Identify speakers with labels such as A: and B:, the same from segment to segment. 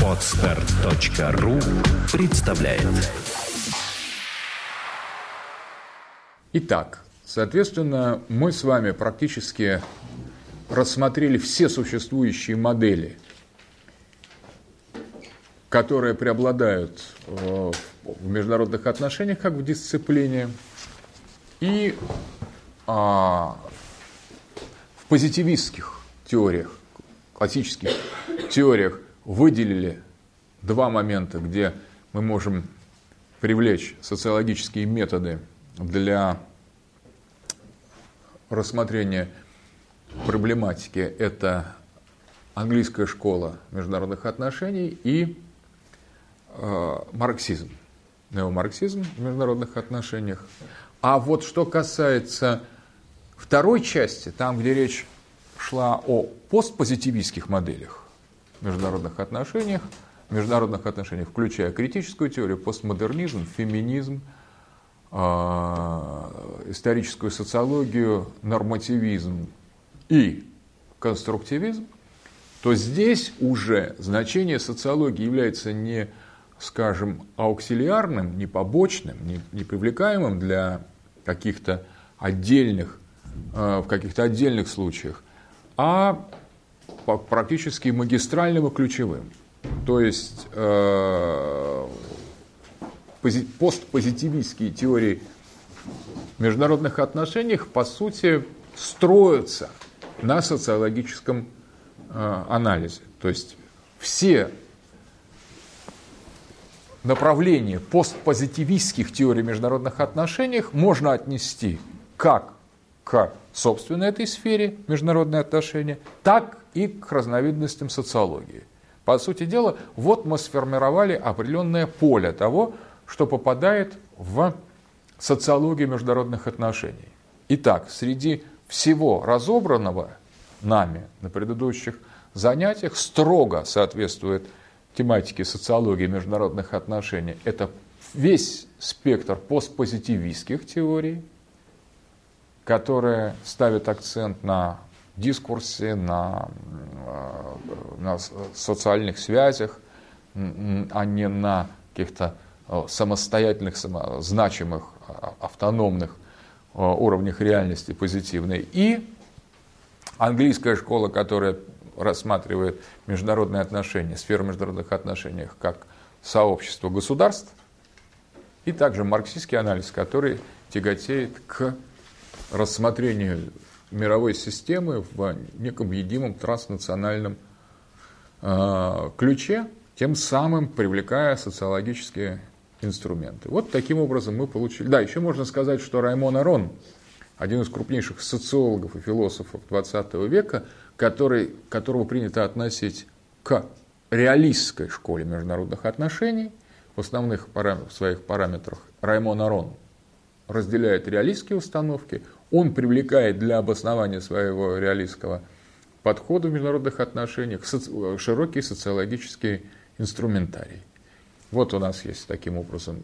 A: Podster.ru представляет.
B: Итак, соответственно, мы с вами практически рассмотрели все существующие модели, которые преобладают в международных отношениях, как в дисциплине, и в позитивистских теориях, классических теориях выделили два момента, где мы можем привлечь социологические методы для рассмотрения проблематики. Это английская школа международных отношений и марксизм, неомарксизм в международных отношениях. А вот что касается второй части, там, где речь шла о постпозитивистских моделях международных отношениях, включая критическую теорию, постмодернизм, феминизм, историческую социологию, нормативизм и конструктивизм, то здесь уже значение социологии является не, скажем, ауксилиарным, не побочным, не привлекаемым для каких-то отдельных, в каких-то отдельных случаях, а практически магистральным и ключевым. То есть постпозитивистские теории международных отношениях, по сути, строятся на социологическом анализе. То есть все направления постпозитивистских теорий международных отношениях можно отнести как к собственной этой сфере международные отношения, так и к разновидностям социологии. По сути дела, вот мы сформировали определенное поле того, что попадает в социологию международных отношений. Итак, среди всего разобранного нами на предыдущих занятиях строго соответствует тематике социологии международных отношений. Это весь спектр постпозитивистских теорий, которые ставят акцент на дискурсе, на социальных связях, а не на каких-то самостоятельных, значимых, автономных уровнях реальности позитивной. И английская школа, которая рассматривает международные отношения, сферу международных отношений как сообщество государств, и также марксистский анализ, который тяготеет к рассмотрению мировой системы в неком едином транснациональном ключе, тем самым привлекая социологические инструменты. Вот таким образом мы получили. Да, еще можно сказать, что Раймон Арон, один из крупнейших социологов и философов XX века, которого принято относить к реалистской школе международных отношений, в основных своих параметрах Раймон Арон разделяет реалистские установки, он привлекает для обоснования своего реалистского подхода в международных отношениях широкий социологический инструментарий. Вот у нас есть таким образом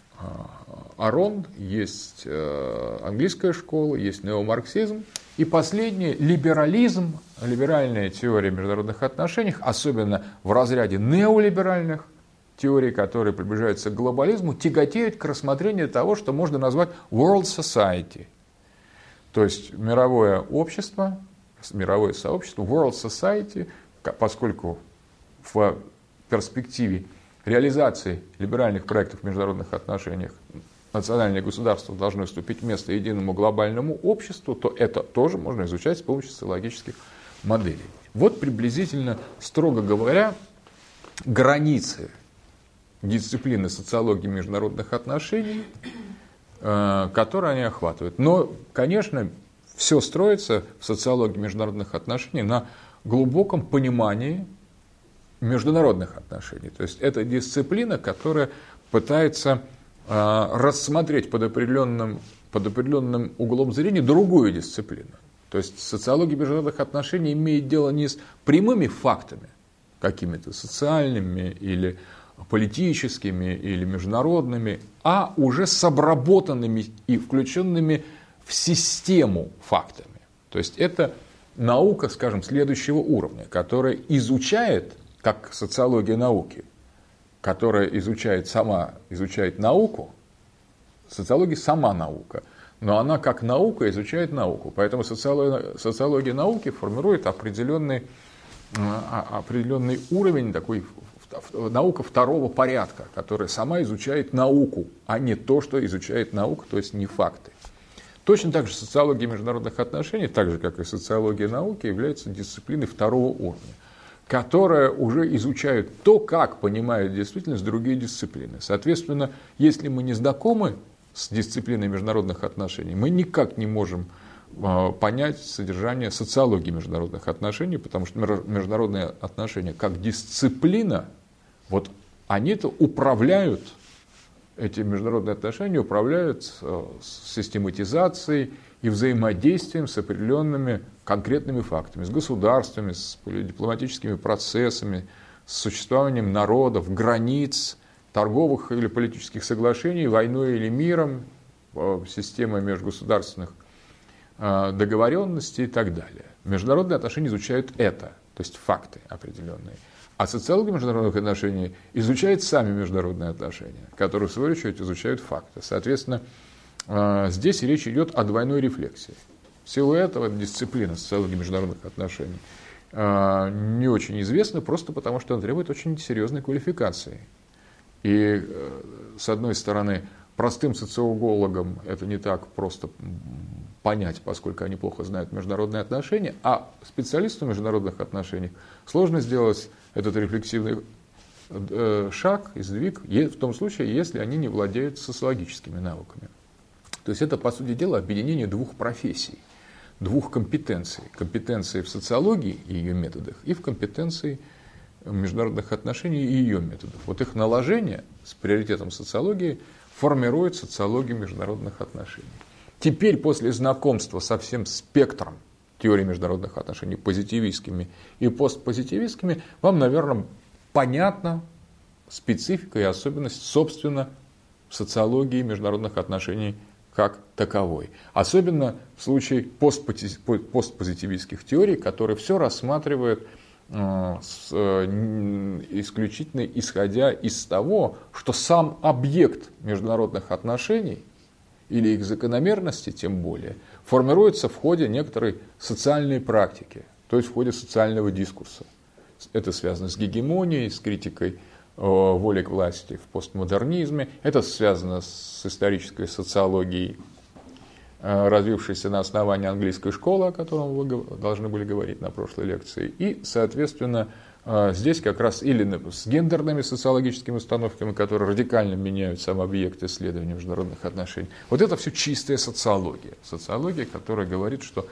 B: Арон, есть английская школа, есть неомарксизм. И последний – либерализм, либеральная теория международных отношений, особенно в разряде неолиберальных теорий, которые приближаются к глобализму, тяготеют к рассмотрению того, что можно назвать world society. То есть мировое общество, мировое сообщество, world society, поскольку в перспективе реализации либеральных проектов в международных отношениях национальные государства должны уступить место единому глобальному обществу, то это тоже можно изучать с помощью социологических моделей. Вот приблизительно, строго говоря, границы дисциплины социологии международных отношений, которые они охватывают. Но, конечно, все строится в социологии международных отношений на глубоком понимании международных отношений. То есть это дисциплина, которая пытается рассмотреть под определенным углом зрения другую дисциплину. То есть социология международных отношений имеет дело не с прямыми фактами, какими-то социальными или политическими или международными, а уже с обработанными и включенными в систему фактами. То есть это наука, скажем, следующего уровня, которая изучает как социология науки, которая изучает науку, социология сама наука, но она как наука изучает науку. Поэтому социология науки формирует определенный уровень, такой наука второго порядка, которая сама изучает науку, а не то, что изучает наука, то есть не факты. Точно так же социология международных отношений, так же как и социология науки, является дисциплиной второго уровня, которая уже изучает то, как понимают действительность другие дисциплины. Соответственно, если мы не знакомы с дисциплиной международных отношений, мы никак не можем понять содержание социологии международных отношений, потому что международные отношения как дисциплина, вот они-то управляют, эти международные отношения управляют систематизацией и взаимодействием с определенными конкретными фактами, с государствами, с дипломатическими процессами, с существованием народов, границ, торговых или политических соглашений, войной или миром, системой межгосударственных договоренностей и так далее. Международные отношения изучают это, то есть факты определенные. А социология международных отношений изучает сами международные отношения, которые, в свою очередь, изучают факты. Соответственно, здесь речь идет о двойной рефлексии. В силу этого дисциплина социологии международных отношений не очень известна, просто потому что она требует очень серьезной квалификации. И, с одной стороны, простым социологам это не так просто понять, поскольку они плохо знают международные отношения, а специалисту международных отношений сложно сделать этот рефлексивный шаг и сдвиг в том случае, если они не владеют социологическими науками. То есть это, по сути дела, объединение двух профессий, двух компетенций. Компетенции в социологии и ее методах, и в компетенции международных отношений и ее методов. Вот их наложение с приоритетом социологии формирует социологию международных отношений. Теперь, после знакомства со всем спектром теории международных отношений, позитивистскими и постпозитивистскими, вам, наверное, понятна специфика и особенность, собственно, социологии международных отношений как таковой. Особенно в случае постпозитивистских теорий, которые все рассматривают исключительно исходя из того, что сам объект международных отношений или их закономерности, тем более, формируется в ходе некоторой социальной практики, то есть в ходе социального дискурса. Это связано с гегемонией, с критикой воли к власти в постмодернизме, это связано с исторической социологией, развившейся на основании английской школы, о котором вы должны были говорить на прошлой лекции, и, соответственно, здесь как раз или с гендерными социологическими установками, которые радикально меняют сам объект исследования международных отношений. Вот это все чистая социология. Социология, которая говорит, что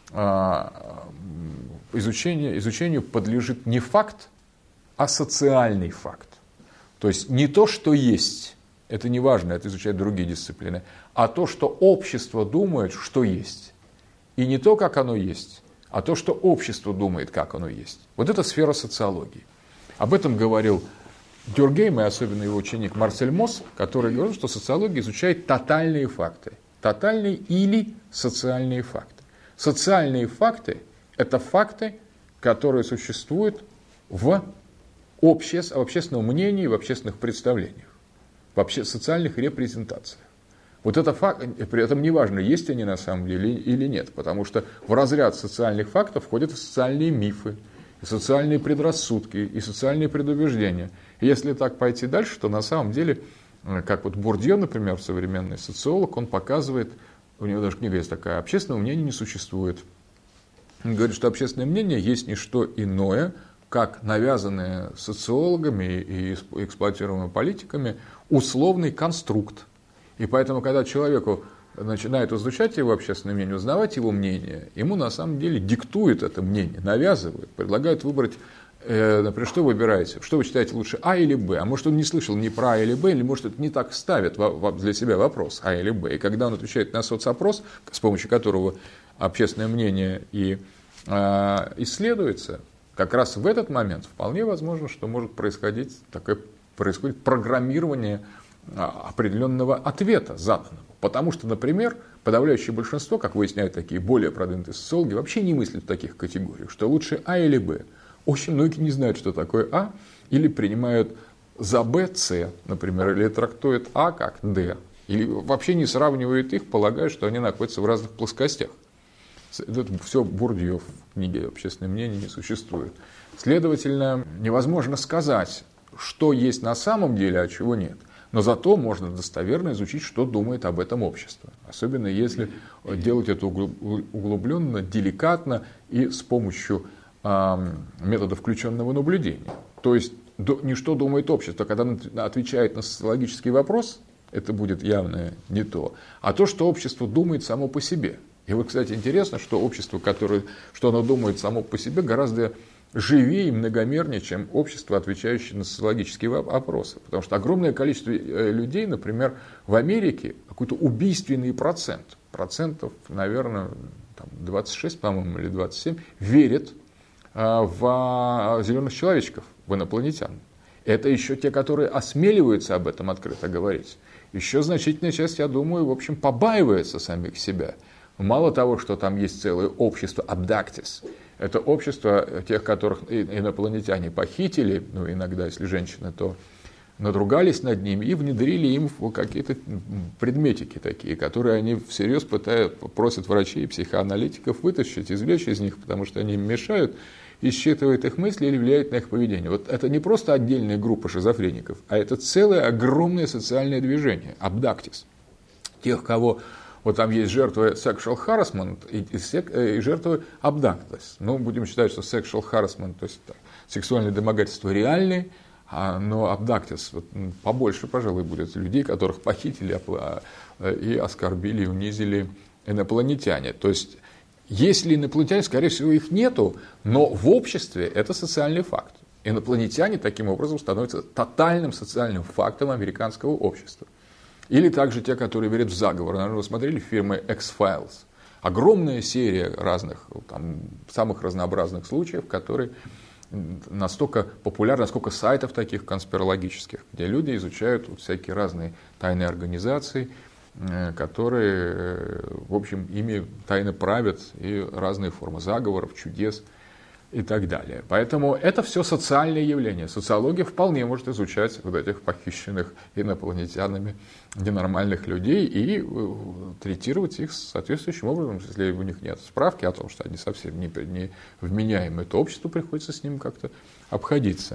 B: изучению подлежит не факт, а социальный факт. То есть не то, что есть, это не важно, это изучают другие дисциплины, а то, что общество думает, что есть. И не то, как оно есть, а то, что общество думает, как оно есть. Вот это сфера социологии. Об этом говорил Дюркгейм, и особенно его ученик Марсель Мосс, который говорил, что социология изучает тотальные факты. Тотальные или социальные факты. Социальные факты – это факты, которые существуют в общественном мнении, в общественных представлениях, в социальных репрезентациях. Вот это факт, при этом неважно, есть они на самом деле или нет, потому что в разряд социальных фактов входят и социальные мифы, и социальные предрассудки, и социальные предубеждения. И если так пойти дальше, то на самом деле, как вот Бурдье, например, современный социолог, он показывает, у него даже книга есть такая, «Общественного мнения не существует». Он говорит, что общественное мнение есть не что иное, как навязанные социологами и эксплуатируемыми политиками условный конструкт. И поэтому, когда человеку начинают изучать его общественное мнение, узнавать его мнение, ему на самом деле диктуют это мнение, навязывают, предлагают выбрать, например, что вы выбираете, что вы считаете лучше, А или Б. А может, он не слышал ни про А или Б, или может, это не так ставит для себя вопрос А или Б. И когда он отвечает на соцопрос, с помощью которого общественное мнение и исследуется, как раз в этот момент вполне возможно, что может происходить программирование определенного ответа заданного. Потому что, например, подавляющее большинство, как выясняют такие более продвинутые социологи, вообще не мыслят в таких категориях, что лучше А или Б. Очень многие не знают, что такое А, или принимают за Б С, например, или трактуют А как Д, или вообще не сравнивают их, полагая, что они находятся в разных плоскостях. Это все Бурдье в книге «Общественное мнение» не существует. Следовательно, невозможно сказать, что есть на самом деле, а чего нет. Но зато можно достоверно изучить, что думает об этом общество. Особенно если делать это углубленно, деликатно и с помощью метода включенного наблюдения. То есть не что думает общество, когда оно отвечает на социологический вопрос, это будет явно не то, а то, что общество думает само по себе. И вот, кстати, интересно, что общество, что оно думает само по себе, гораздо живее и многомернее, чем общество, отвечающее на социологические вопросы. Потому что огромное количество людей, например, в Америке, какой-то убийственный процентов, наверное, 26, по-моему, или 27, верят в зеленых человечков, в инопланетян. Это еще те, которые осмеливаются об этом открыто говорить. Еще значительная часть, я думаю, в общем, побаивается самих себя. Мало того, что там есть целое общество abductees, это общество тех, которых инопланетяне похитили, ну, иногда, если женщины, то надругались над ними и внедрили им какие-то предметики такие, которые они всерьез просят врачей и психоаналитиков вытащить, извлечь из них, потому что они им мешают, и считывают их мысли или влияют на их поведение. Вот это не просто отдельная группа шизофреников, а это целое огромное социальное движение, abductees. Тех, кого... Вот там есть жертвы sexual harassment и жертвы abductees. Ну, будем считать, что sexual harassment, то есть сексуальное домогательство реальное, но abductees вот, побольше, пожалуй, будет людей, которых похитили и оскорбили, и унизили инопланетяне. То есть, если инопланетяне, скорее всего, их нету, но в обществе это социальный факт. Инопланетяне таким образом становятся тотальным социальным фактом американского общества. Или также те, которые верят в заговор. Наверное, вы смотрели фильмы X-Files. Огромная серия разных, там, самых разнообразных случаев, которые настолько популярны, насколько сайтов таких конспирологических, где люди изучают вот всякие разные тайные организации, которые, в общем, ими тайно правят, и разные формы заговоров, чудес и так далее. Поэтому это все социальные явления. Социология вполне может изучать вот этих похищенных инопланетянами ненормальных людей и третировать их соответствующим образом. Если у них нет справки о том, что они совсем не вменяемые, то обществу приходится с ним как-то обходиться.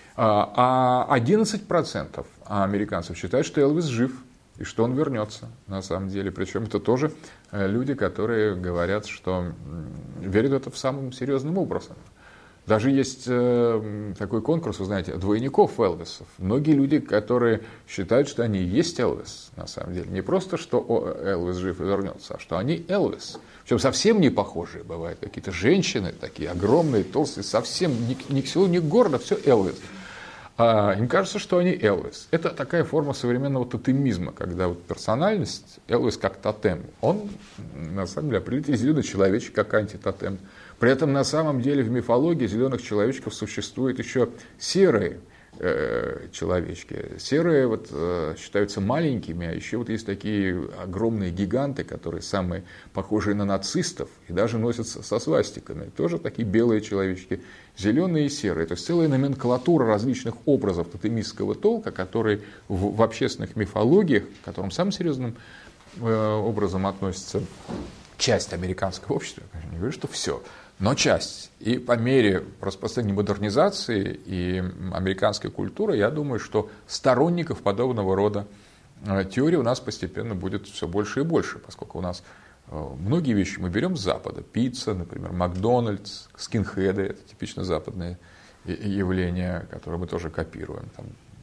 B: А 11% американцев считают, что Элвис жив и что он вернется на самом деле. Причем это тоже люди, которые говорят, что верят в это самым серьезным образом. Даже есть такой конкурс, вы знаете, двойников Элвисов. Многие люди, которые считают, что они и есть Элвис, на самом деле. Не просто, что Элвис жив и вернется, а что они Элвис. Причем совсем не похожие бывают. Какие-то женщины такие огромные, толстые, совсем ни к селу, ни к городу, все Элвис. Им кажется, что они Элвис. Это такая форма современного тотемизма, когда вот персональность, Элвис как тотем, он на самом деле определитель зеленый человечек как антитотем. При этом на самом деле в мифологии зеленых человечков существуют еще серые человечки. Серые вот, считаются маленькими, а еще вот есть такие огромные гиганты, которые самые похожие на нацистов и даже носятся со свастиками. Тоже такие белые человечки, зеленые и серые. То есть целая номенклатура различных образов тотемистского толка, которые в общественных мифологиях, к которым самым серьезным образом относится часть американского общества, я не говорю, что все, но часть. И по мере распространения модернизации и американской культуры, я думаю, что сторонников подобного рода теории у нас постепенно будет все больше и больше, поскольку у нас многие вещи мы берем с Запада. Пицца, например, Макдональдс, скинхеды – это типично западное явление, которое мы тоже копируем. Там,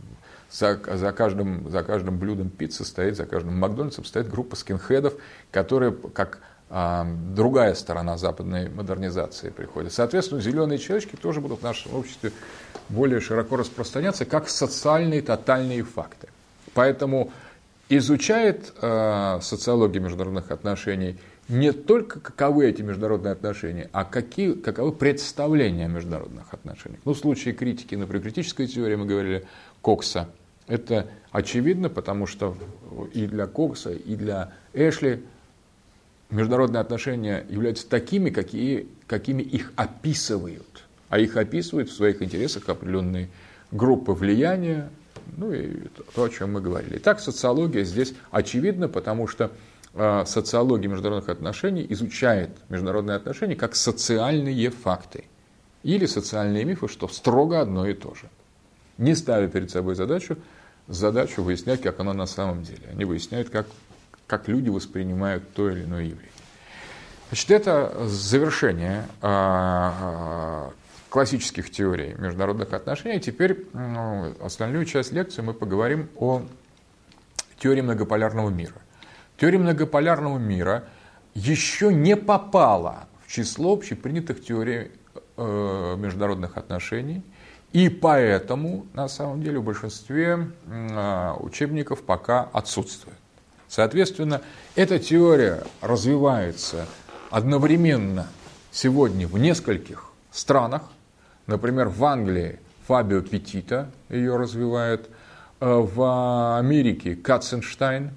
B: за каждым блюдом пиццы стоит, за каждым Макдональдсом стоит группа скинхедов, которые как другая сторона западной модернизации приходит. Соответственно, зеленые человечки тоже будут в нашем обществе более широко распространяться, как социальные тотальные факты. Поэтому изучает социология международных отношений не только каковы эти международные отношения, а каковы представления о международных отношениях. Ну, в случае критики, например, критической теории, мы говорили, Кокса, это очевидно, потому что и для Кокса, и для Эшли международные отношения являются такими, какими их описывают а их описывают в своих интересах определенные группы влияния, ну и то, о чем мы говорили. Итак, социология здесь очевидна, потому что социология международных отношений изучает международные отношения как социальные факты или социальные мифы, что строго одно и то же. Не ставя перед собой задачу выяснять, как оно на самом деле. Они выясняют, как люди воспринимают то или иное явление. Значит, это завершение классических теорий международных отношений. Теперь остальную часть лекции мы поговорим о теории многополярного мира. Теория многополярного мира еще не попала в число общепринятых теорий международных отношений, и поэтому, на самом деле, в большинстве учебников пока отсутствует. Соответственно, эта теория развивается одновременно сегодня в нескольких странах. Например, в Англии Фабио Петита ее развивает, в Америке Катценштайн.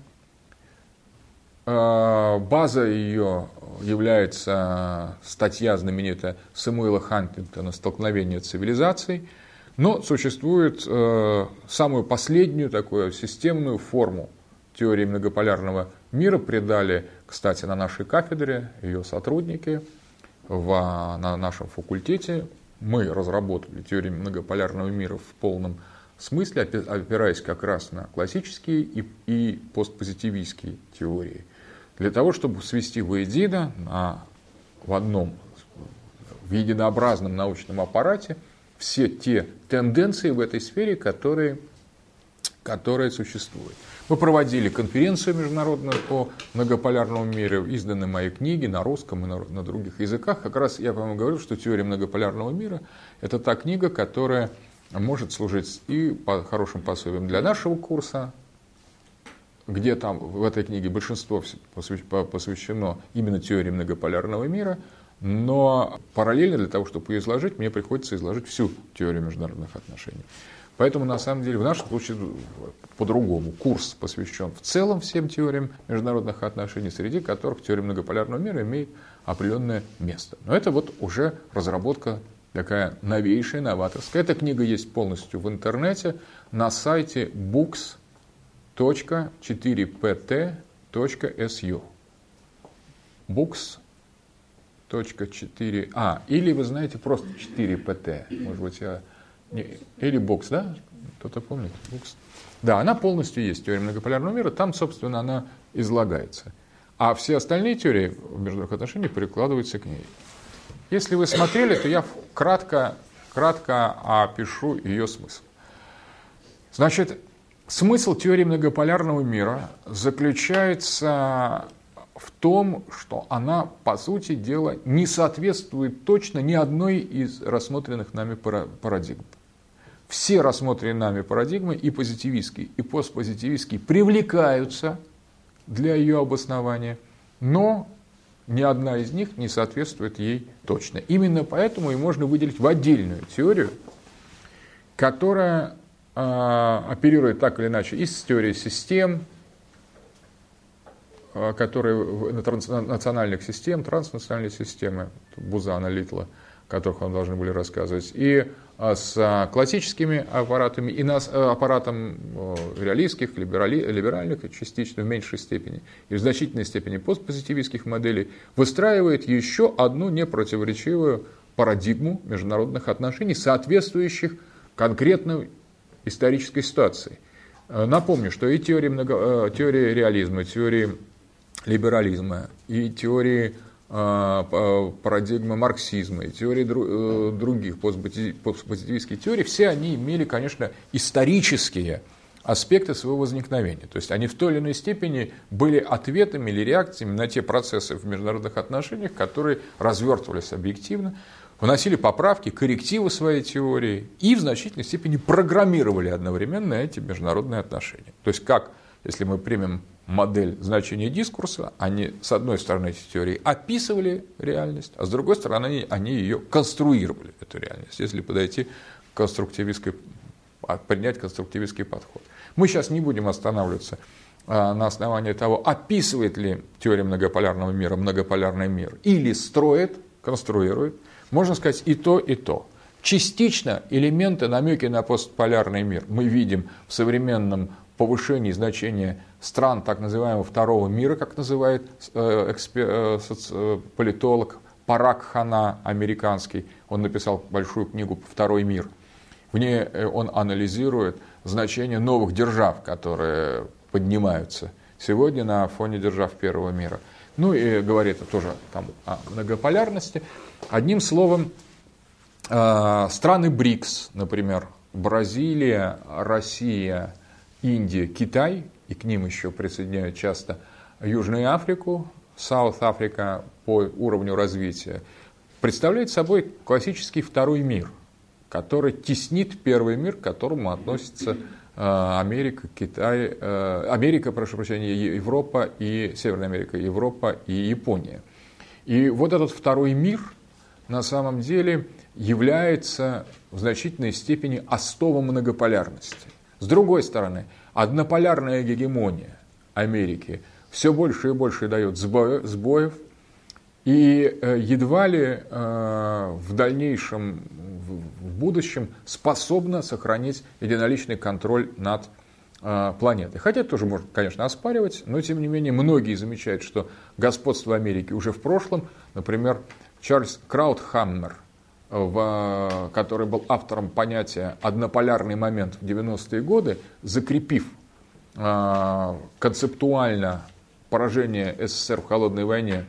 B: База ее является статья знаменитая Сэмюэла Хантингтона «Столкновение цивилизаций», но существует самую последнюю такую системную форму теории многополярного мира придали, кстати, на нашей кафедре ее сотрудники на нашем факультете. Мы разработали теорию многополярного мира в полном смысле, опираясь как раз на классические и постпозитивистские теории, для того, чтобы свести воедино в единообразном научном аппарате все те тенденции в этой сфере, которые существуют. Мы проводили конференцию международную по многополярному миру, изданы мои книги на русском и на других языках. Как раз я, по-моему, говорил, что теория многополярного мира – это та книга, которая может служить и хорошим пособием для нашего курса, где там в этой книге большинство посвящено именно теории многополярного мира, но параллельно для того, чтобы ее изложить, мне приходится изложить всю теорию международных отношений. Поэтому, на самом деле, в нашем случае по-другому. Курс посвящен в целом всем теориям международных отношений, среди которых теория многополярного мира имеет определенное место. Но это вот уже разработка такая новейшая, новаторская. Эта книга есть полностью в интернете на сайте books.4pt.su. books.4... или вы знаете просто 4pt. Может быть, или Бокс, да? Кто-то помнит? Бокс. Да, она полностью есть, теория многополярного мира, там, собственно, она излагается. А все остальные теории международных отношений прикладываются к ней. Если вы смотрели, то я кратко опишу ее смысл. Значит, смысл теории многополярного мира заключается в том, что она, по сути дела, не соответствует точно ни одной из рассмотренных нами парадигм. Все рассмотренные нами парадигмы, и позитивистские, и постпозитивистские, привлекаются для ее обоснования, но ни одна из них не соответствует ей точно. Именно поэтому и можно выделить в отдельную теорию, которая оперирует так или иначе и с теорией систем, которые национальных систем, транснациональные системы, Бузана, Литла, о которых вам должны были рассказывать, и с классическими аппаратами, и аппаратом реалистских, либеральных, частично в меньшей степени, и в значительной степени постпозитивистских моделей, выстраивает еще одну непротиворечивую парадигму международных отношений, соответствующих конкретной исторической ситуации. Напомню, что и теории реализма, теории либерализма, и теории парадигмы марксизма, и теории других постпозитивистских теорий, все они имели, конечно, исторические аспекты своего возникновения. То есть они в той или иной степени были ответами или реакциями на те процессы в международных отношениях, которые развертывались объективно, вносили поправки, коррективы своей теории и в значительной степени программировали одновременно эти международные отношения. То есть как, если мы примем модель значения дискурса, они, с одной стороны, эти теории описывали реальность, а с другой стороны, они ее конструировали, эту реальность, если подойти к принять конструктивистский подход. Мы сейчас не будем останавливаться на основании того, описывает ли теория многополярного мира многополярный мир или строит, конструирует. Можно сказать и то, и то. Частично элементы, намеки на постполярный мир мы видим в современном повышении значения стран так называемого второго мира, как называет политолог Параг Хана, американский. Он написал большую книгу «Второй мир». В ней он анализирует значение новых держав, которые поднимаются сегодня на фоне держав первого мира. Ну и говорит тоже там о многополярности. Одним словом, страны БРИКС, например, Бразилия, Россия, Индия, Китай, и к ним еще присоединяют часто Южную Африку, Саут-Африка по уровню развития, представляет собой классический второй мир, который теснит первый мир, к которому относятся Америка, Китай, прошу прощения, Европа и Северная Америка, Европа и Япония. И вот этот второй мир на самом деле является в значительной степени остовом многополярности. С другой стороны, однополярная гегемония Америки все больше и больше дает сбоев, и едва ли в дальнейшем, в будущем способна сохранить единоличный контроль над планетой. Хотя это тоже можно, конечно, оспаривать, но тем не менее многие замечают, что господство Америки уже в прошлом. Например, Чарльз Краутхаммер, который был автором понятия «однополярный момент» в 90-е годы, закрепив концептуально поражение СССР в холодной войне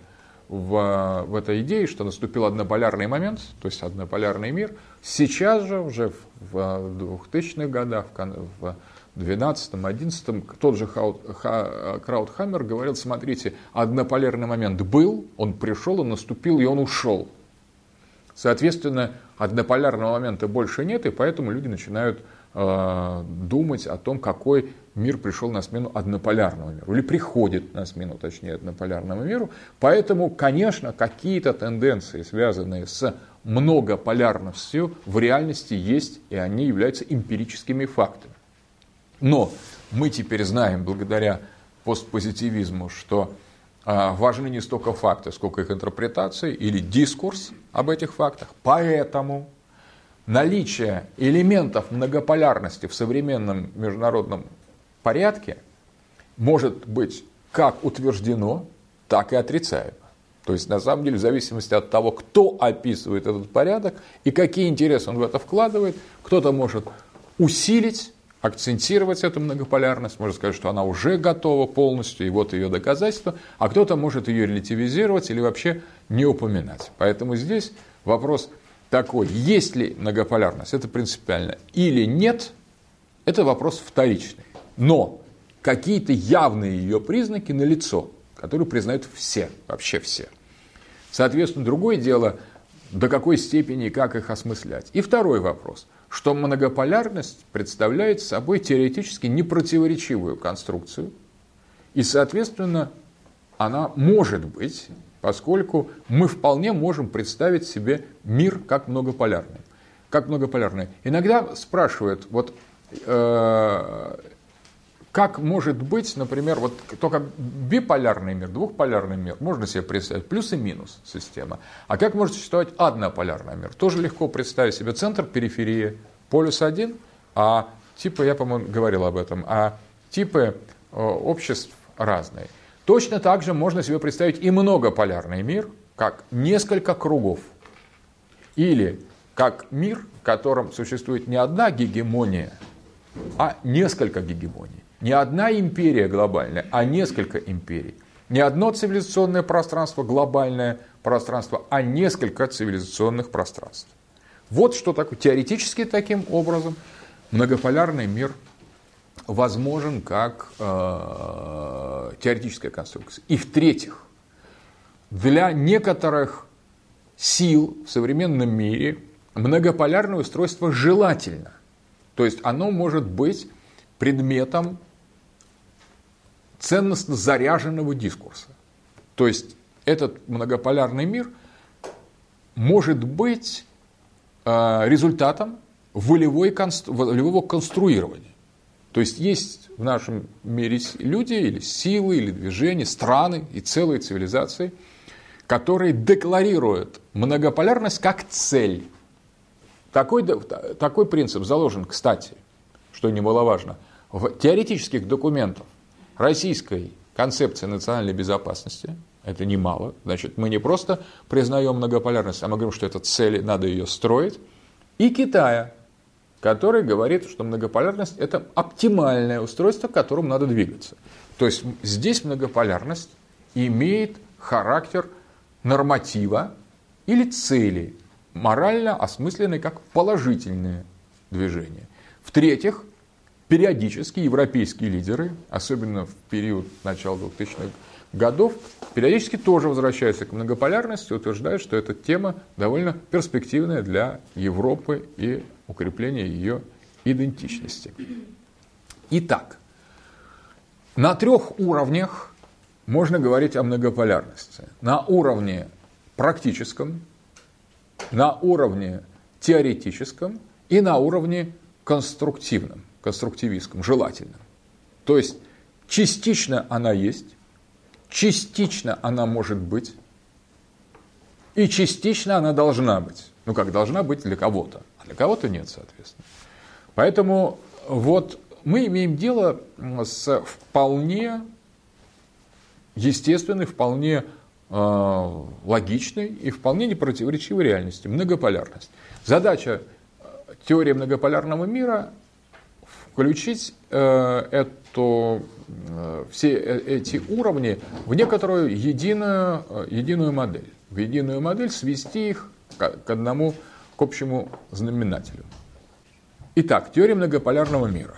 B: в этой идее, что наступил однополярный момент, то есть однополярный мир, сейчас же, уже в 2000-х годах, в 2012-2011, тот же Краутхаммер говорил: смотрите, однополярный момент был, он пришел, он наступил, и он ушел. Соответственно, однополярного момента больше нет, и поэтому люди начинают думать о том, какой мир пришел на смену однополярному миру, или приходит на смену, точнее, однополярному миру. Поэтому, конечно, какие-то тенденции, связанные с многополярностью, в реальности есть, и они являются эмпирическими фактами. Но мы теперь знаем, благодаря постпозитивизму, что важны не столько факты, сколько их интерпретации или дискурс об этих фактах. Поэтому наличие элементов многополярности в современном международном порядке может быть как утверждено, так и отрицаемо. То есть, на самом деле, в зависимости от того, кто описывает этот порядок и какие интересы он в это вкладывает, кто-то может усилить, акцентировать эту многополярность, можно сказать, что она уже готова полностью, и вот ее доказательства, а кто-то может ее релятивизировать или вообще не упоминать. Поэтому здесь вопрос такой: есть ли многополярность, это принципиально, или нет, это вопрос вторичный. Но какие-то явные ее признаки налицо, которые признают все, вообще все. Соответственно, другое дело, до какой степени и как их осмыслять. И второй вопрос, что многополярность представляет собой теоретически непротиворечивую конструкцию, и, соответственно, она может быть, поскольку мы вполне можем представить себе мир как многополярный. Иногда спрашивают, вот как может быть, например, вот только биполярный мир, двухполярный мир, можно себе представить, плюс и минус система. А как может существовать однополярный мир? Тоже легко представить себе: центр, периферия, полюс один, а типы, я, по-моему, говорил об этом, а типы обществ разные. Точно так же можно себе представить и многополярный мир, как несколько кругов. Или как мир, в котором существует не одна гегемония, а несколько гегемоний. Не одна империя глобальная, а несколько империй. Не одно цивилизационное пространство, глобальное пространство, а несколько цивилизационных пространств. Вот что такое. Теоретически таким образом многополярный мир возможен как теоретическая конструкция. И в-третьих, для некоторых сил в современном мире многополярное устройство желательно. То есть оно может быть предметом ценностно заряженного дискурса. То есть этот многополярный мир может быть результатом волевого конструирования. То есть есть в нашем мире люди или силы, или движения, страны и целые цивилизации, которые декларируют многополярность как цель. Такой принцип заложен, кстати, что немаловажно, в теоретических документах российской концепции национальной безопасности. Это немало. Значит, мы не просто признаем многополярность, а мы говорим, что это цель, надо ее строить. И Китая, который говорит, что многополярность – это оптимальное устройство, к которому надо двигаться. То есть здесь многополярность имеет характер норматива или цели, морально осмысленной как положительное движение. В-третьих, периодически европейские лидеры, особенно в период начала 2000-х годов, периодически тоже возвращаются к многополярности, утверждают, что эта тема довольно перспективная для Европы и укрепления ее идентичности. Итак, на 3 уровнях можно говорить о многополярности. На уровне практическом, на уровне теоретическом и на уровне конструктивном, конструктивистском, желательном. То есть частично она есть, частично она может быть, и частично она должна быть. Ну, как должна быть для кого-то, а для кого-то нет, соответственно. Поэтому вот мы имеем дело с вполне естественной, вполне логичной и вполне непротиворечивой реальностью. Многополярность. Задача теории многополярного мира включить все эти уровни в некоторую единую модель. В единую модель свести их к общему знаменателю. Итак, теория многополярного мира.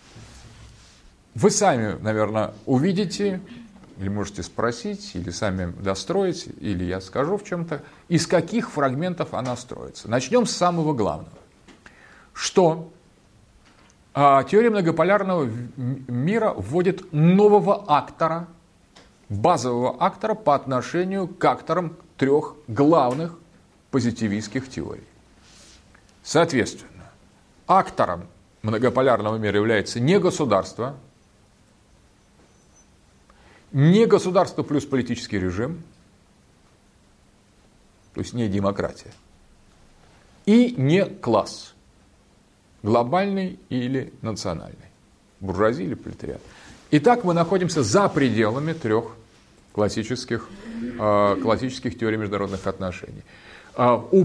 B: Вы сами, наверное, увидите, или можете спросить, или сами достроить, или я скажу в чем-то, из каких фрагментов она строится. Начнем с самого главного. Что теория многополярного мира вводит нового актора, базового актора по отношению к акторам 3 главных позитивистских теорий. Соответственно, актором многополярного мира является не государство плюс политический режим, то есть не демократия, и не класс, глобальный или национальный, буржуазия или пролетариат. Итак, мы находимся за пределами 3 классических теорий международных отношений. У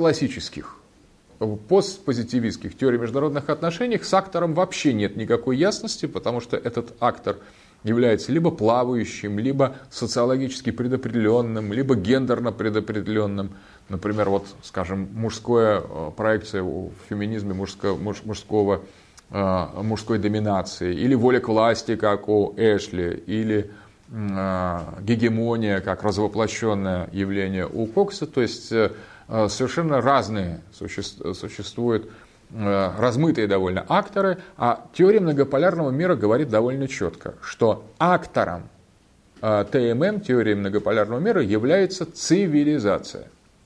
B: постпозитивистских теорий международных отношений с актором вообще нет никакой ясности, потому что этот актор является либо плавающим, либо социологически предопределенным, либо гендерно предопределенным. Например, вот, скажем, мужская проекция в феминизме мужской доминации, или воля к власти, как у Эшли, или гегемония, как развоплощенное явление у Кокса. То есть совершенно разные существуют размытые довольно акторы, а теория многополярного мира говорит довольно четко, что актором ТММ, теории многополярного мира, является цивилизация.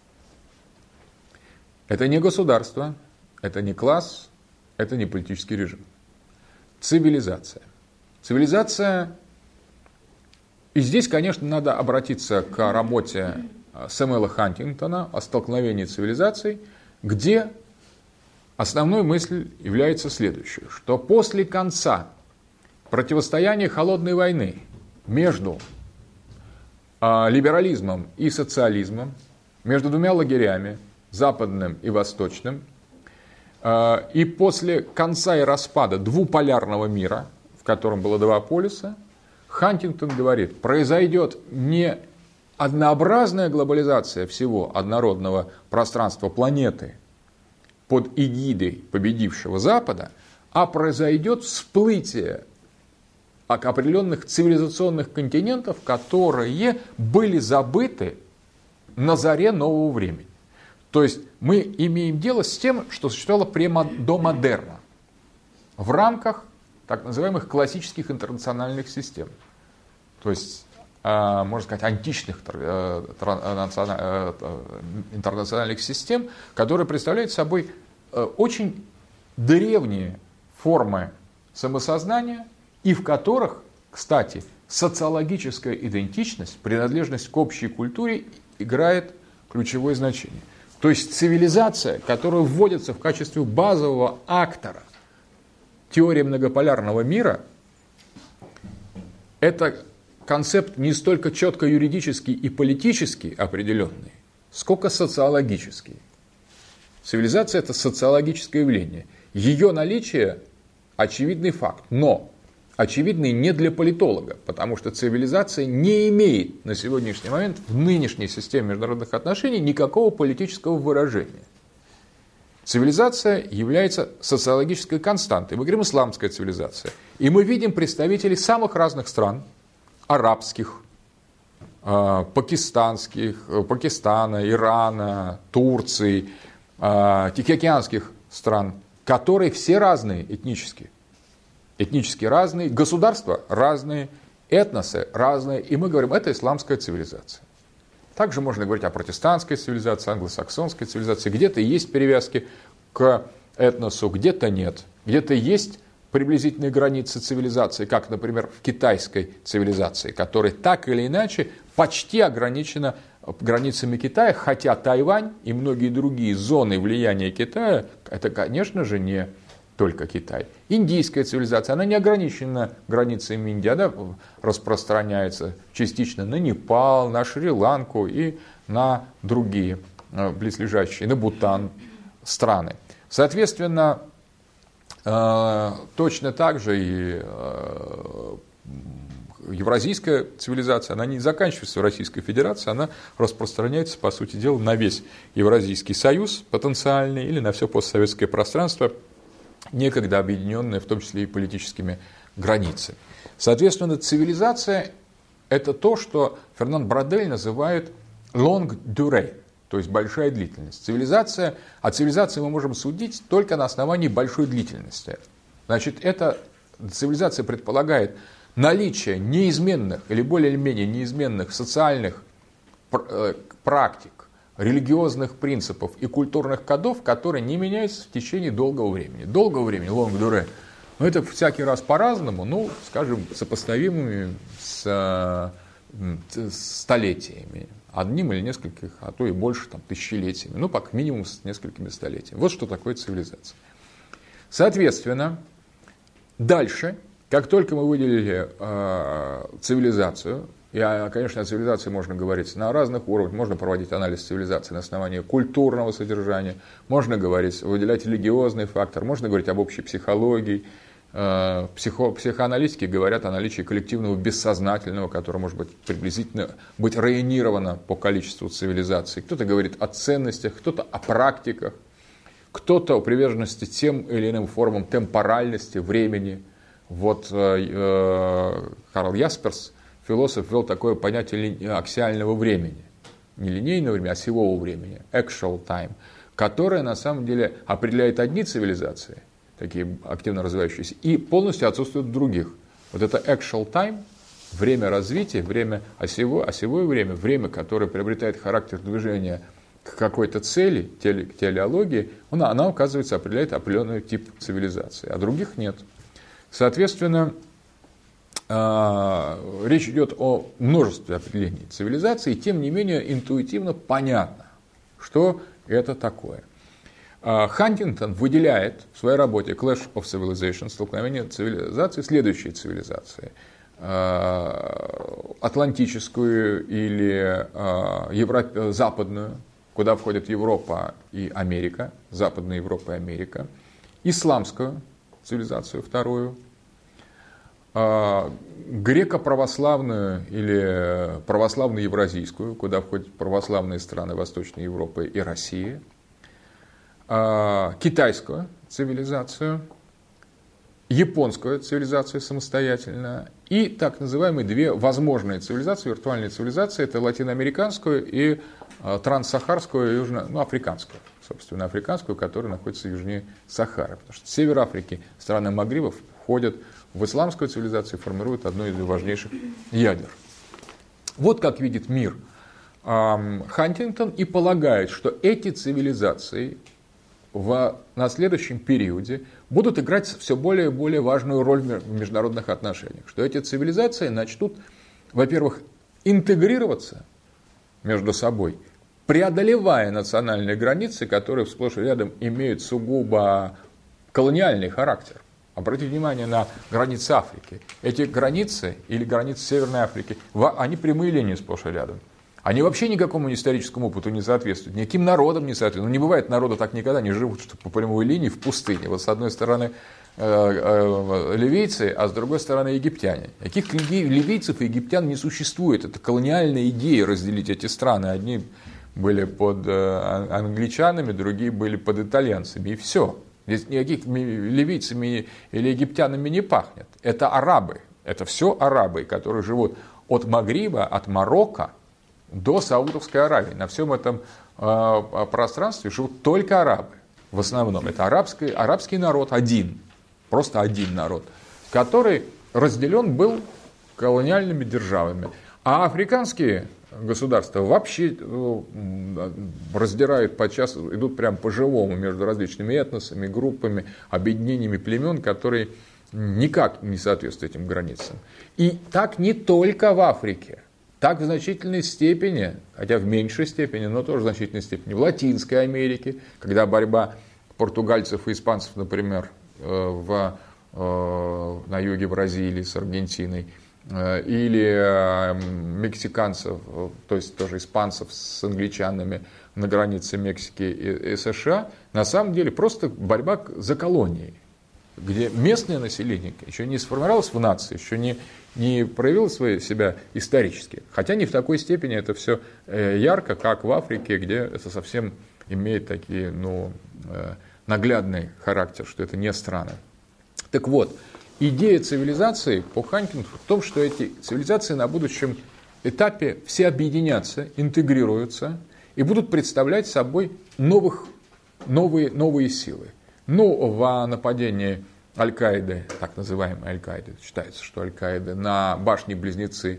B: Это не государство, это не класс, это не политический режим. Цивилизация. Цивилизация. И здесь, конечно, надо обратиться к работе Сэмюэла Хантингтона о столкновении цивилизаций, где основной мысль является следующей, что после конца противостояния холодной войны между либерализмом и социализмом, между 2 лагерями, западным и восточным, и после конца и распада двуполярного мира, в котором было 2 полюса, Хантингтон говорит, произойдет не однообразная глобализация всего однородного пространства планеты под эгидой победившего Запада, а произойдет всплытие определенных цивилизационных континентов, которые были забыты на заре нового времени. То есть мы имеем дело с тем, что существовало до модерна в рамках так называемых классических интернациональных систем. То есть, можно сказать, античных интернациональных систем, которые представляют собой очень древние формы самосознания, и в которых, кстати, социологическая идентичность, принадлежность к общей культуре играет ключевое значение. То есть цивилизация, которая вводится в качестве базового актора теории многополярного мира, это концепт не столько четко юридический и политически определенный, сколько социологический. Цивилизация – это социологическое явление. Ее наличие – очевидный факт, но очевидный не для политолога, потому что цивилизация не имеет на сегодняшний момент в нынешней системе международных отношений никакого политического выражения. Цивилизация является социологической константой. Мы говорим исламская цивилизация. И мы видим представителей самых разных стран, арабских, Пакистана, Ирана, Турции, тихоокеанских стран, которые все разные этнически. Этнически разные, государства разные, этносы разные. И мы говорим, это исламская цивилизация. Также можно говорить о протестантской цивилизации, англосаксонской цивилизации. Где-то есть привязки к этносу, где-то нет. Где-то есть приблизительные границы цивилизации, как, например, в китайской цивилизации, которая так или иначе почти ограничена границами Китая, хотя Тайвань и многие другие зоны влияния Китая, это, конечно же, не только Китай. Индийская цивилизация, она не ограничена границами Индии, она распространяется частично на Непал, на Шри-Ланку и на другие близлежащие, на Бутан страны. Соответственно, точно так же и евразийская цивилизация, она не заканчивается в Российской Федерации, она распространяется, по сути дела, на весь Евразийский союз потенциальный или на все постсоветское пространство, некогда объединенное, в том числе и политическими границами. Соответственно, цивилизация – это то, что Фернан Брадель называет longue durée, то есть большая длительность. Цивилизация, от цивилизации мы можем судить только на основании большой длительности. Значит, эта цивилизация предполагает наличие неизменных или более или менее неизменных социальных практик, религиозных принципов и культурных кодов, которые не меняются в течение долгого времени. Долгого времени, longue durée, но это всякий раз по-разному, ну, скажем, сопоставимыми с столетиями. Одним или нескольких, а то и больше, там, тысячелетиями. Ну, как минимум с несколькими столетиями. Вот что такое цивилизация. Соответственно, дальше, как только мы выделили цивилизацию, и, конечно, о цивилизации можно говорить на разных уровнях, можно проводить анализ цивилизации на основании культурного содержания, можно говорить, выделять религиозный фактор, можно говорить об общей психологии. Психоаналитики говорят о наличии коллективного бессознательного, которое может быть приблизительно быть районировано по количеству цивилизаций. Кто-то говорит о ценностях, кто-то о практиках, кто-то о приверженности тем или иным формам темпоральности, времени. Вот Карл Ясперс, философ, ввел такое понятие аксиального времени. Не линейного времени, а осевого времени, actual time, которое на самом деле определяет одни цивилизации, такие активно развивающиеся, и полностью отсутствуют в других. Вот это actual time, время развития, время осевое время, время, которое приобретает характер движения к какой-то цели, к телеологии, она, оказывается, определяет определенный тип цивилизации, а других нет. Соответственно, речь идет о множестве определений цивилизации, и тем не менее интуитивно понятно, что это такое. Хантингтон выделяет в своей работе Clash of Civilization, столкновение цивилизаций, следующие цивилизации. Атлантическую или западную, куда входят Европа и Америка, Западная Европа и Америка. Исламскую цивилизацию, вторую. Греко-православную или православно-евразийскую, куда входят православные страны Восточной Европы и России. Китайскую цивилизацию, японскую цивилизацию самостоятельно и так называемые две возможные цивилизации, виртуальные цивилизации, это латиноамериканскую и транссахарскую, африканскую, собственно, африканскую, которая находится южнее Сахары, потому что север Африки, страны Магриба входят в исламскую цивилизацию и формируют одно из важнейших ядер. Вот как видит мир Хантингтон и полагает, что эти цивилизации на следующем периоде будут играть все более и более важную роль в международных отношениях. Что эти цивилизации начнут, во-первых, интегрироваться между собой преодолевая национальные границы, которые сплошь и рядом имеют сугубо колониальный характер. Обратите внимание на границы Африки. Эти границы, или границы Северной Африки, они прямые линии сплошь и рядом. Они вообще никакому историческому опыту не соответствуют, никаким народам не соответствуют. Ну, не бывает народа так никогда не живут, что по прямой линии в пустыне. Вот с одной стороны ливийцы, а с другой стороны египтяне. Таких ливийцев и египтян не существует. Это колониальная идея разделить эти страны. Одни были под англичанами, другие были под итальянцами. И все. Здесь никаких ливийцами или египтянами не пахнет. Это арабы. Это все арабы, которые живут от Магриба, от Марокко до Саудовской Аравии. На всем этом пространстве живут только арабы. В основном это арабский народ один, просто один народ, который разделен был колониальными державами. А африканские государства вообще раздирают подчас, идут прям по-живому между различными этносами, группами, объединениями племен, которые никак не соответствуют этим границам. И так не только в Африке. Так в значительной степени, хотя в меньшей степени, но тоже в значительной степени, в Латинской Америке, когда борьба португальцев и испанцев, например, на юге Бразилии с Аргентиной, или мексиканцев, то есть тоже испанцев с англичанами на границе Мексики и США, на самом деле просто борьба за колонии, где местное население еще не сформировалось в нации, еще не проявило себя исторически. Хотя не в такой степени это все ярко, как в Африке, где это совсем имеет такие, наглядный характер, что это не страны. Так вот, идея цивилизации по Хантингтону в том, что эти цивилизации на будущем этапе все объединятся, интегрируются и будут представлять собой новые силы. В нападении Аль-Каиды, так называемой Аль-Каиды, считается, что Аль-Каида на башни-близнецы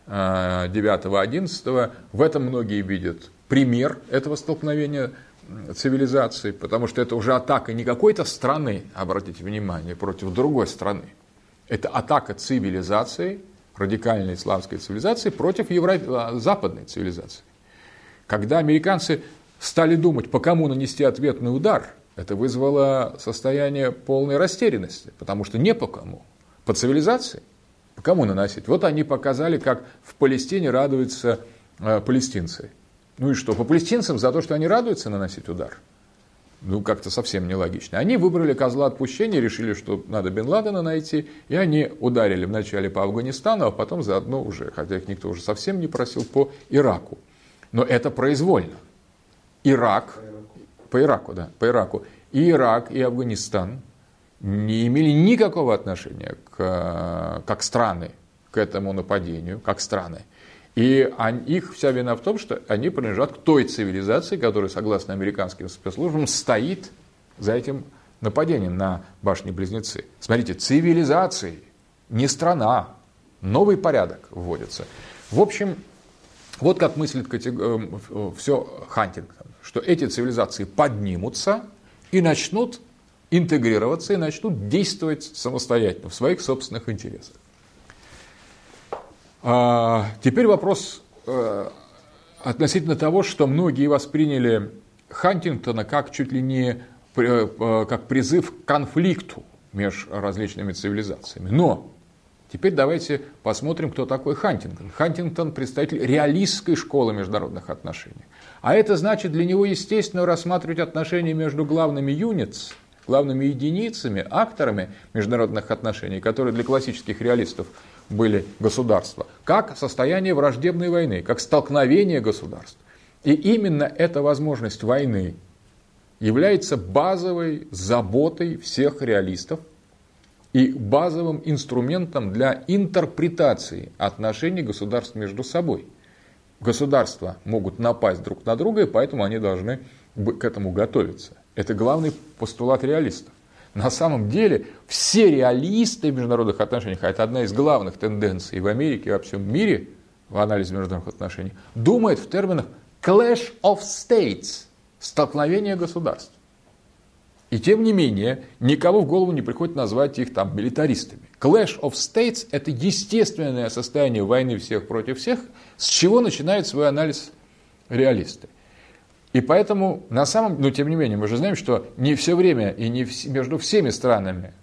B: 9-11, в этом многие видят пример этого столкновения цивилизаций, потому что это уже атака не какой-то страны, обратите внимание, против другой страны. Это атака цивилизации, радикальной исламской цивилизации против западной цивилизации. Когда американцы стали думать, по кому нанести ответный удар, это вызвало состояние полной растерянности, потому что не по кому. По цивилизации, по кому наносить. Вот они показали, как в Палестине радуются палестинцы. Ну и что, по палестинцам за то, что они радуются наносить удар? Как-то совсем нелогично. Они выбрали козла отпущения, решили, что надо Бен Ладена найти, и они ударили вначале по Афганистану, а потом заодно уже, хотя их никто уже совсем не просил, по Ираку. Но это произвольно. По Ираку. И Ирак, и Афганистан не имели никакого отношения как страны к этому нападению, как страны. И их вся вина в том, что они принадлежат к той цивилизации, которая, согласно американским спецслужбам, стоит за этим нападением на башни-близнецы. Смотрите, цивилизации, не страна, новый порядок вводится. В общем, вот как мыслит все Хантингтон, что эти цивилизации поднимутся и начнут интегрироваться, и начнут действовать самостоятельно, в своих собственных интересах. Теперь вопрос относительно того, что многие восприняли Хантингтона как чуть ли не как призыв к конфликту между различными цивилизациями. Но теперь давайте посмотрим, кто такой Хантингтон. Хантингтон – представитель реалистской школы международных отношений. А это значит для него естественно рассматривать отношения между главными юнитс, главными единицами, акторами международных отношений, которые для классических реалистов были государства, как состояние враждебной войны, как столкновение государств. И именно эта возможность войны является базовой заботой всех реалистов и базовым инструментом для интерпретации отношений государств между собой. Государства могут напасть друг на друга, и поэтому они должны к этому готовиться. Это главный постулат реалистов. На самом деле все реалисты в международных отношениях, а это одна из главных тенденций в Америке и во всем мире в анализе международных отношений, думают в терминах clash of states, столкновение государств. И тем не менее, никому в голову не приходит назвать их там милитаристами. Clash of states – это естественное состояние войны всех против всех, с чего начинают свой анализ реалисты. И поэтому, тем не менее, мы же знаем, что не все время и не между всеми странами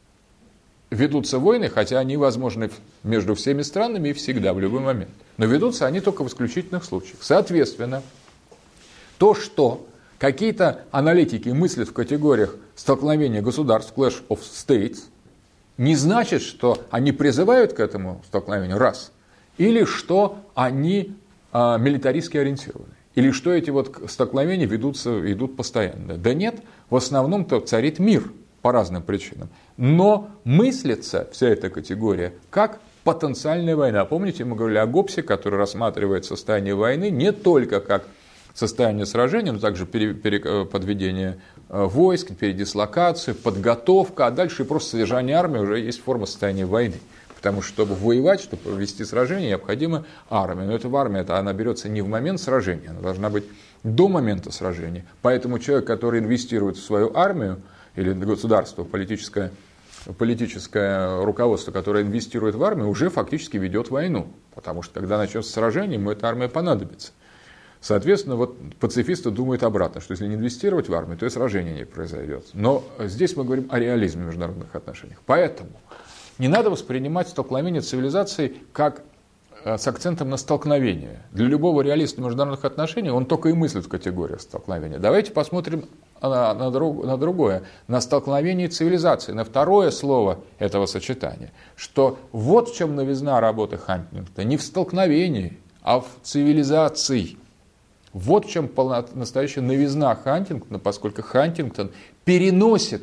B: ведутся войны, хотя они возможны между всеми странами и всегда, в любой момент. Но ведутся они только в исключительных случаях. Соответственно, то, что какие-то аналитики мыслят в категориях столкновения государств, clash of states, не значит, что они призывают к этому столкновению, раз, или что они милитаристски ориентированы, или что эти вот столкновения идут постоянно. Да нет, в основном-то царит мир по разным причинам. Но мыслится вся эта категория как потенциальная война. Помните, мы говорили о Гоббсе, который рассматривает состояние войны не только как состояние сражения, но также подведение войск, передислокацию, подготовка, а дальше просто содержание армии уже есть форма состояния войны. Потому что, чтобы воевать, чтобы вести сражение, необходима армия. Но эта армия, она берется не в момент сражения, она должна быть до момента сражения. Поэтому человек, который инвестирует в свою армию, или государство, политическое руководство, которое инвестирует в армию, уже фактически ведет войну. Потому что, когда начнется сражение, ему эта армия понадобится. Соответственно, вот пацифисты думают обратно, что если не инвестировать в армию, то и сражение не произойдет. Но здесь мы говорим о реализме в международных отношениях. Поэтому не надо воспринимать столкновение цивилизаций как с акцентом на столкновение. Для любого реалиста международных отношений он только и мыслит в категориях столкновения. Давайте посмотрим на другое, на столкновение цивилизаций, на второе слово этого сочетания, что вот в чем новизна работы Хантингтона, не в столкновении, а в цивилизации. Вот в чем настоящая новизна Хантингтона, поскольку Хантингтон переносит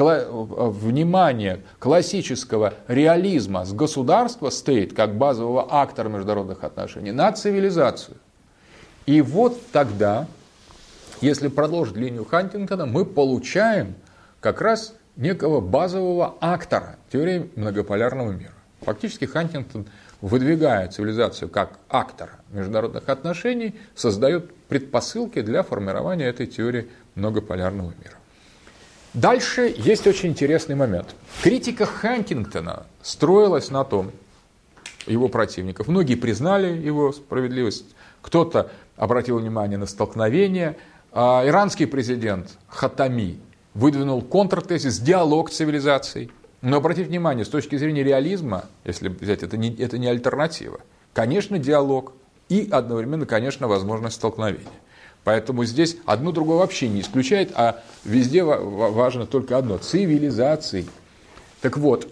B: внимание классического реализма с государства, state, как базового актора международных отношений, на цивилизацию. И вот тогда, если продолжить линию Хантингтона, мы получаем как раз некого базового актора теории многополярного мира. Фактически Хантингтон, выдвигая цивилизацию как актора международных отношений, создает предпосылки для формирования этой теории многополярного мира. Дальше есть очень интересный момент. Критика Хантингтона строилась на том, его противников, многие признали его справедливость, кто-то обратил внимание на столкновение. Иранский президент Хатами выдвинул контртезис «диалог цивилизаций». Но обратите внимание, с точки зрения реализма, если взять, это не альтернатива. Конечно, диалог и одновременно, конечно, возможность столкновения. Поэтому здесь одно другое вообще не исключает, а везде важно только одно – цивилизации. Так вот,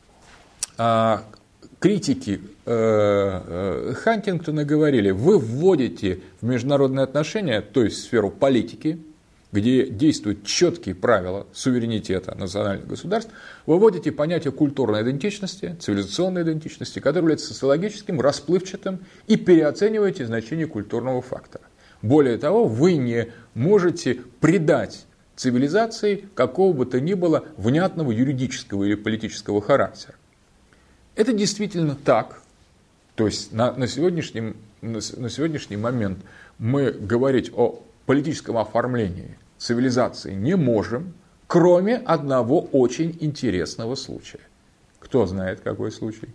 B: критики Хантингтона говорили, вы вводите в международные отношения, то есть в сферу политики, где действуют четкие правила суверенитета национальных государств, вы вводите понятие культурной идентичности, цивилизационной идентичности, которое является социологическим, расплывчатым, и переоцениваете значение культурного фактора. Более того, вы не можете придать цивилизации какого бы то ни было внятного юридического или политического характера. Это действительно так. То есть на сегодняшний момент мы говорить о политическом оформлении цивилизации не можем, кроме одного очень интересного случая. Кто знает, какой случай?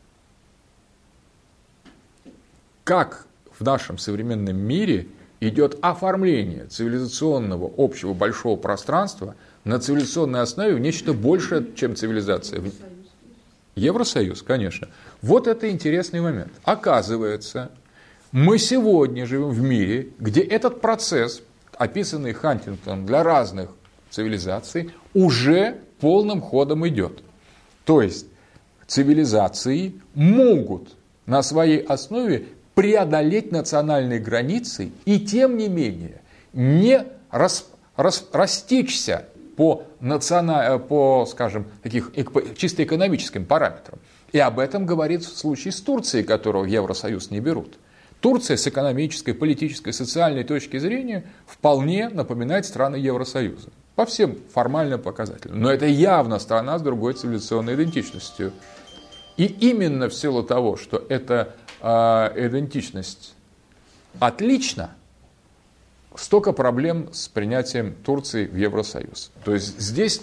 B: Как в нашем современном мире идет оформление цивилизационного общего большого пространства на цивилизационной основе в нечто большее, чем цивилизация. Евросоюз, конечно. Вот это интересный момент. Оказывается, мы сегодня живем в мире, где этот процесс, описанный Хантингтоном для разных цивилизаций, уже полным ходом идет. То есть цивилизации могут на своей основе преодолеть национальные границы и, тем не менее, не растечься по скажем, чисто экономическим параметрам. И об этом говорится в случае с Турцией, которую в Евросоюз не берут. Турция с экономической, политической, социальной точки зрения вполне напоминает страны Евросоюза. По всем формальным показателям. Но это явно страна с другой цивилизационной идентичностью. И именно в силу того, что эта идентичность отлична, столько проблем с принятием Турции в Евросоюз. То есть здесь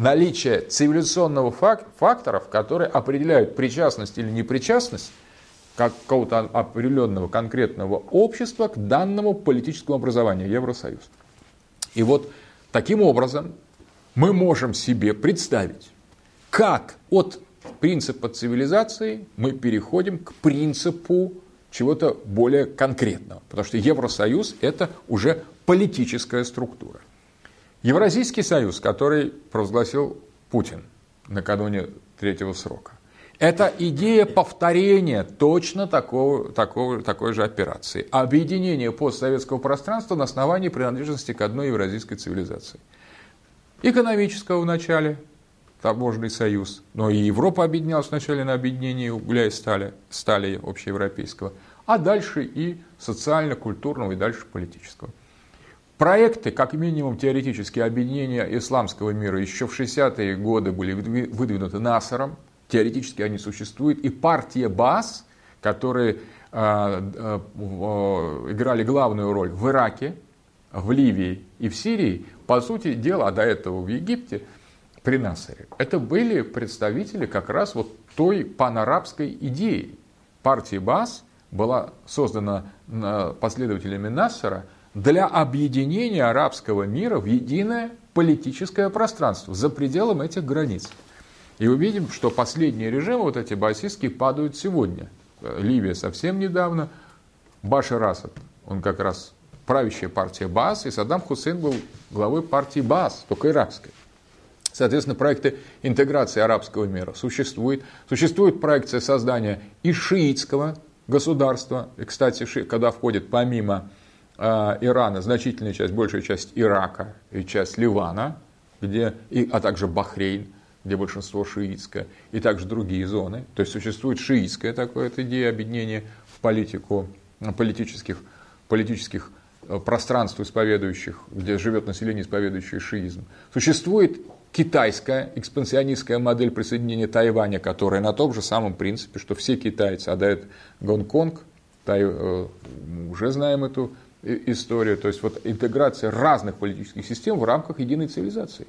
B: наличие цивилизационного факторов, которые определяют причастность или непричастность какого-то определенного конкретного общества к данному политическому образованию, Евросоюз. И вот таким образом мы можем себе представить, как от принципа цивилизации мы переходим к принципу чего-то более конкретного. Потому что Евросоюз – это уже политическая структура. Евразийский союз, который провозгласил Путин накануне третьего срока, это идея повторения точно такой же операции. Объединение постсоветского пространства на основании принадлежности к одной евразийской цивилизации. Экономического в начале, таможенный союз, но и Европа объединялась вначале на объединении угля и стали общеевропейского, а дальше и социально-культурного, и дальше политического. Проекты, как минимум теоретические, объединения исламского мира еще в 60-е годы были выдвинуты Насером, теоретически они существуют, и партия Баас, которые играли главную роль в Ираке, в Ливии и в Сирии, по сути дела, а до этого в Египте, при Насере, это были представители как раз вот той панарабской идеи. Партия Баас была создана последователями Насера для объединения арабского мира в единое политическое пространство за пределом этих границ. И увидим, что последние режимы, вот эти баасистские, падают сегодня. Ливия совсем недавно, Башар Асад, он как раз правящая партия Баас, и Саддам Хусейн был главой партии Баас, только иракской. Соответственно, проекты интеграции арабского мира существуют. Существует проекция создания и шиитского государства. И, кстати, когда входит помимо Ирана значительная часть, большая часть Ирака и часть Ливана, а также Бахрейн, где большинство шиитское, и также другие зоны. То есть существует шиитская такая идея объединения в политических пространств исповедующих, где живет население, исповедующее шиизм. Существует китайская экспансионистская модель присоединения Тайваня, которая на том же самом принципе, что все китайцы отдают Гонконг, уже знаем эту историю, то есть вот интеграция разных политических систем в рамках единой цивилизации.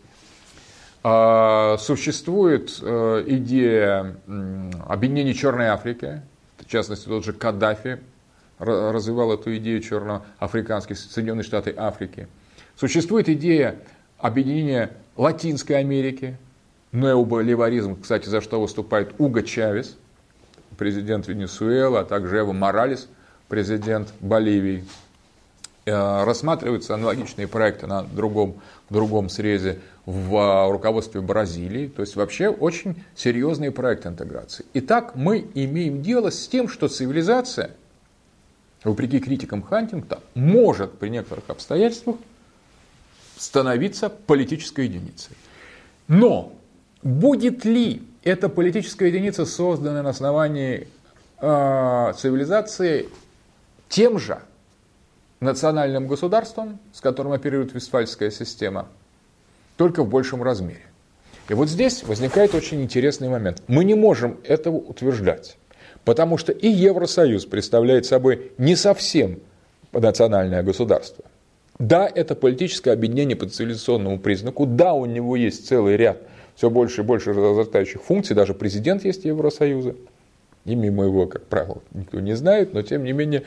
B: Существует идея объединения Черной Африки, в частности, тот же Каддафи развивал эту идею черноафриканских Соединенных Штатов Африки. Существует идея объединения Латинской Америки, необоливаризм, кстати, за что выступает Уго Чавес, президент Венесуэлы, а также Эво Моралес, президент Боливии. Рассматриваются аналогичные проекты на другом срезе в руководстве Бразилии. То есть вообще очень серьезные проекты интеграции. Итак, мы имеем дело с тем, что цивилизация, вопреки критикам Хантингтона, может при некоторых обстоятельствах становиться политической единицей. Но будет ли эта политическая единица, созданная на основании цивилизации, тем же национальным государством, с которым оперирует Вестфальская система, только в большем размере? И вот здесь возникает очень интересный момент. Мы не можем этого утверждать, потому что и Евросоюз представляет собой не совсем национальное государство. Да, это политическое объединение по цивилизационному признаку, да, у него есть целый ряд все больше и больше разрастающих функций, даже президент есть Евросоюза. Имя его, как правило, никто не знает, но тем не менее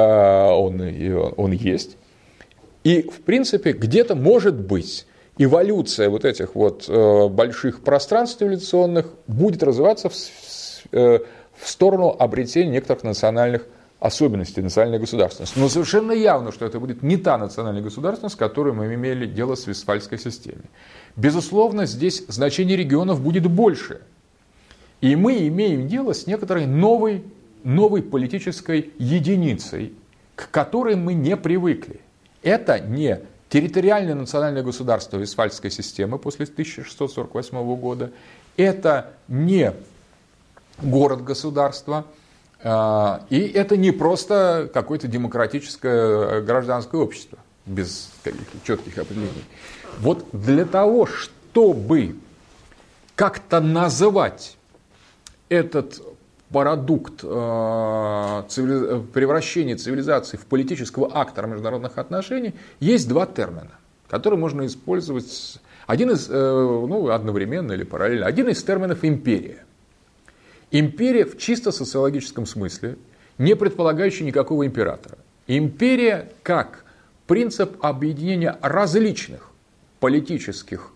B: он есть. И, в принципе, где-то может быть эволюция вот этих вот больших пространств цивилизационных будет развиваться в сторону обретения некоторых национальных особенностей, национальной государственности. Но совершенно явно, что это будет не та национальная государственность, с которой мы имели дело с Вестфальской системой. Безусловно, здесь значение регионов будет больше. И мы имеем дело с некоторой новой политической единицей, к которой мы не привыкли. Это не территориальное национальное государство Вестфальской системы после 1648 года, это не город-государство, и это не просто какое-то демократическое гражданское общество без каких-то четких определений. Вот для того, чтобы как-то называть этот продукт превращения цивилизации в политического актора международных отношений, есть два термина, которые можно использовать. Один из, одновременно или параллельно. Один из терминов – империя. Империя в чисто социологическом смысле не предполагающий никакого императора. Империя как принцип объединения различных политических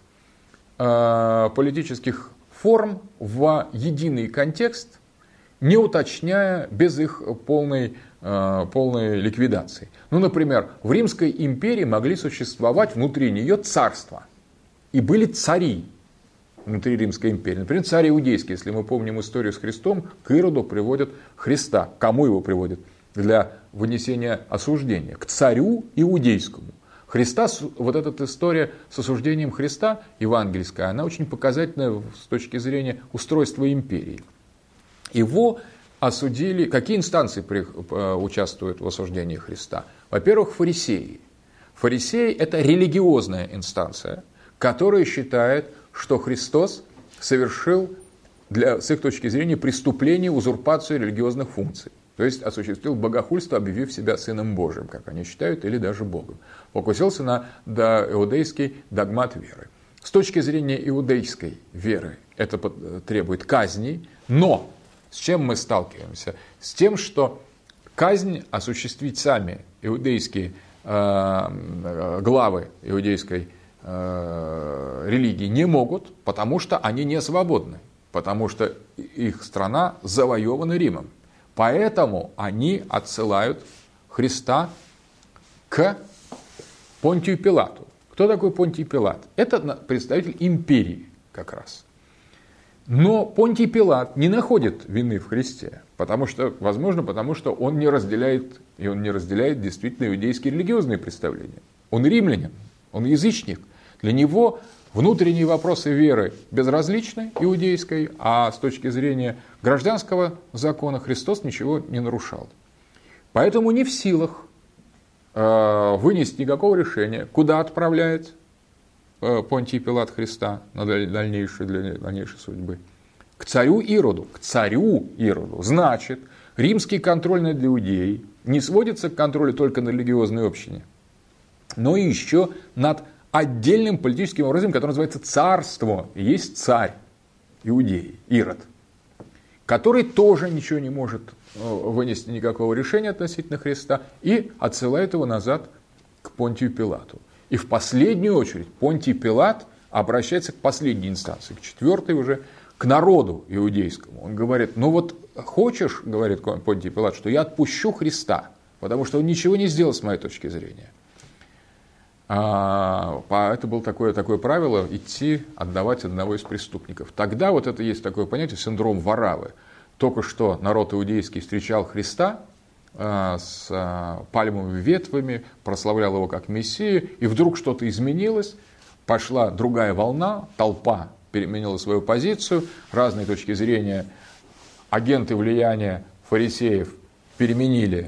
B: форм в единый контекст, не уточняя, без их полной ликвидации. Ну, например, в Римской империи могли существовать внутри нее царства. И были цари внутри Римской империи. Например, царь Иудейский, если мы помним историю с Христом, к Ироду приводят Христа. Кому его приводят? Для вынесения осуждения. К царю Иудейскому. Христа, вот эта история с осуждением Христа, евангельская, она очень показательна с точки зрения устройства империи. Его осудили, какие инстанции участвуют в осуждении Христа? Во-первых, фарисеи. Фарисеи – это религиозная инстанция, которая считает, что Христос совершил, с их точки зрения, преступление, узурпацию религиозных функций. То есть осуществил богохульство, объявив себя Сыном Божиим, как они считают, или даже Богом. Покусился на иудейский догмат веры. С точки зрения иудейской веры это требует казни, но с чем мы сталкиваемся? С тем, что казнь осуществить сами иудейские главы иудейской религии не могут, потому что они не свободны, потому что их страна завоевана Римом. Поэтому они отсылают Христа к Понтию Пилату. Кто такой Понтий Пилат? Это представитель империи как раз. Но Понтий Пилат не находит вины в Христе, возможно, потому что он не разделяет действительно иудейские религиозные представления. Он римлянин, он язычник. Для него внутренние вопросы веры безразличны иудейской, а с точки зрения гражданского закона Христос ничего не нарушал. Поэтому не в силах вынести никакого решения, куда отправляет Понтий Пилат Христа для дальнейшей судьбы. К царю Ироду. К царю Ироду. Значит, римский контроль над Иудеей не сводится к контролю только на религиозной общине, но и еще над отдельным политическим образом, который называется царство. Есть царь Иудеи, Ирод, который тоже ничего не может вынести никакого решения относительно Христа и отсылает его назад к Понтию Пилату. И в последнюю очередь Понтий Пилат обращается к последней инстанции, к четвертой уже, к народу иудейскому. Он говорит, ну вот хочешь, говорит Понтий Пилат, что я отпущу Христа, потому что он ничего не сделал с моей точки зрения. Это было такое правило идти отдавать одного из преступников. Тогда вот это есть такое понятие синдром Вараввы. Только что народ иудейский встречал Христа с пальмовыми ветвями, прославлял его как Мессию, и вдруг что-то изменилось, пошла другая волна, толпа переменила свою позицию, разные точки зрения, агенты влияния фарисеев переменили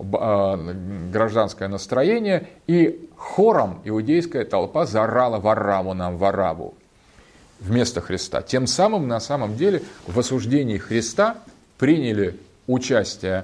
B: гражданское настроение, и хором иудейская толпа заорала «Варавву нам, Варавву!» вместо Христа. Тем самым, на самом деле, в осуждении Христа приняли участие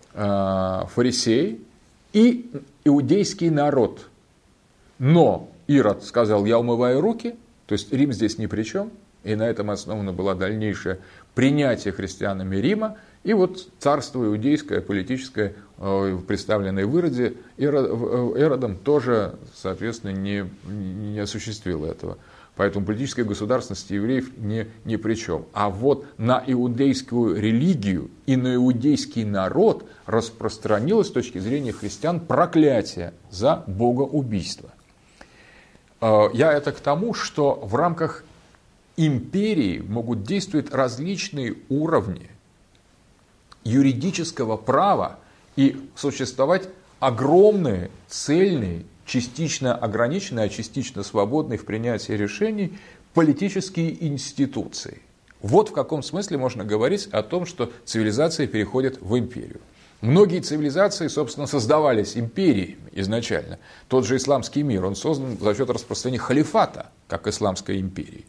B: фарисеи и иудейский народ. Но Ирод сказал: я умываю руки, то есть Рим здесь ни при чем, и на этом основано было дальнейшее принятие христианами Рима, и вот царство иудейское, политическое, представленное в Ироде, Иродом тоже, соответственно, не осуществило этого. Поэтому политическая государственность евреев ни при чем. А вот на иудейскую религию и на иудейский народ распространилось с точки зрения христиан проклятие за богоубийство. Я это к тому, что в рамках империи могут действовать различные уровни юридического права и существовать огромные, цельные, частично ограниченные, а частично свободные в принятии решений политические институции. Вот в каком смысле можно говорить о том, что цивилизация переходит в империю. Многие цивилизации, собственно, создавались империями изначально. Тот же исламский мир, он создан за счет распространения халифата, как исламской империи.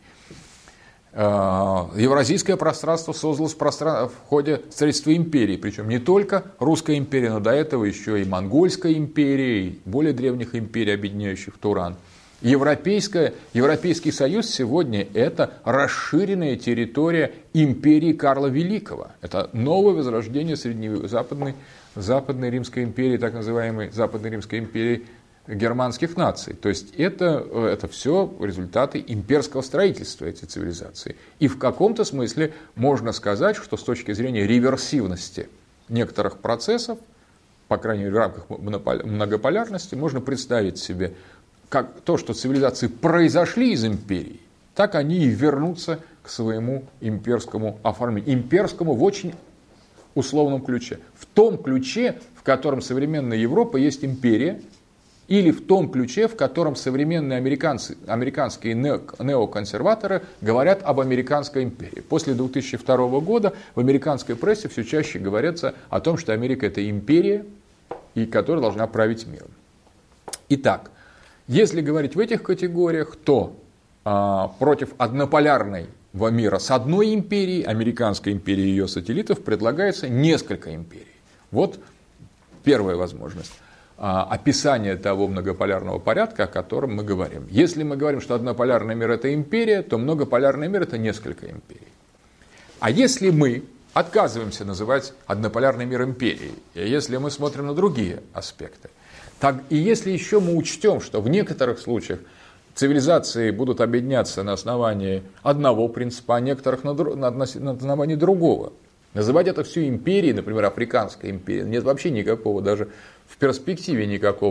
B: Евразийское пространство создалось в ходе строительства империи, причем не только русская империя, но до этого еще и монгольская империя, и более древних империй, объединяющих Туран, Европейский Союз сегодня – это расширенная территория империи Карла Великого. Это новое возрождение Западной Римской империи, так называемой Западной Римской империи германских наций. То есть это все результаты имперского строительства этой цивилизации. И в каком-то смысле можно сказать, что с точки зрения реверсивности некоторых процессов, по крайней мере в рамках многополярности, можно представить себе, как то, что цивилизации произошли из империи, так они и вернутся к своему имперскому оформлению. Имперскому в очень условном ключе. В том ключе, в котором современная Европа есть империя, или в том ключе, в котором современные американские неоконсерваторы говорят об американской империи. После 2002 года в американской прессе все чаще говорится о том, что Америка – это империя, и которая должна править миром. Итак, если говорить в этих категориях, то против однополярного мира с одной империей, американской империи и ее сателлитов, предлагается несколько империй. Вот первая возможность. Описание того многополярного порядка, о котором мы говорим. Если мы говорим, что однополярный мир – это империя, то многополярный мир – это несколько империй. А если мы отказываемся называть однополярный мир империей, и если мы смотрим на другие аспекты, так, и если еще мы учтем, что в некоторых случаях цивилизации будут объединяться на основании одного принципа, а некоторых на основании другого, называть это все империей, например, Африканская империя, нет вообще никакого, даже в перспективе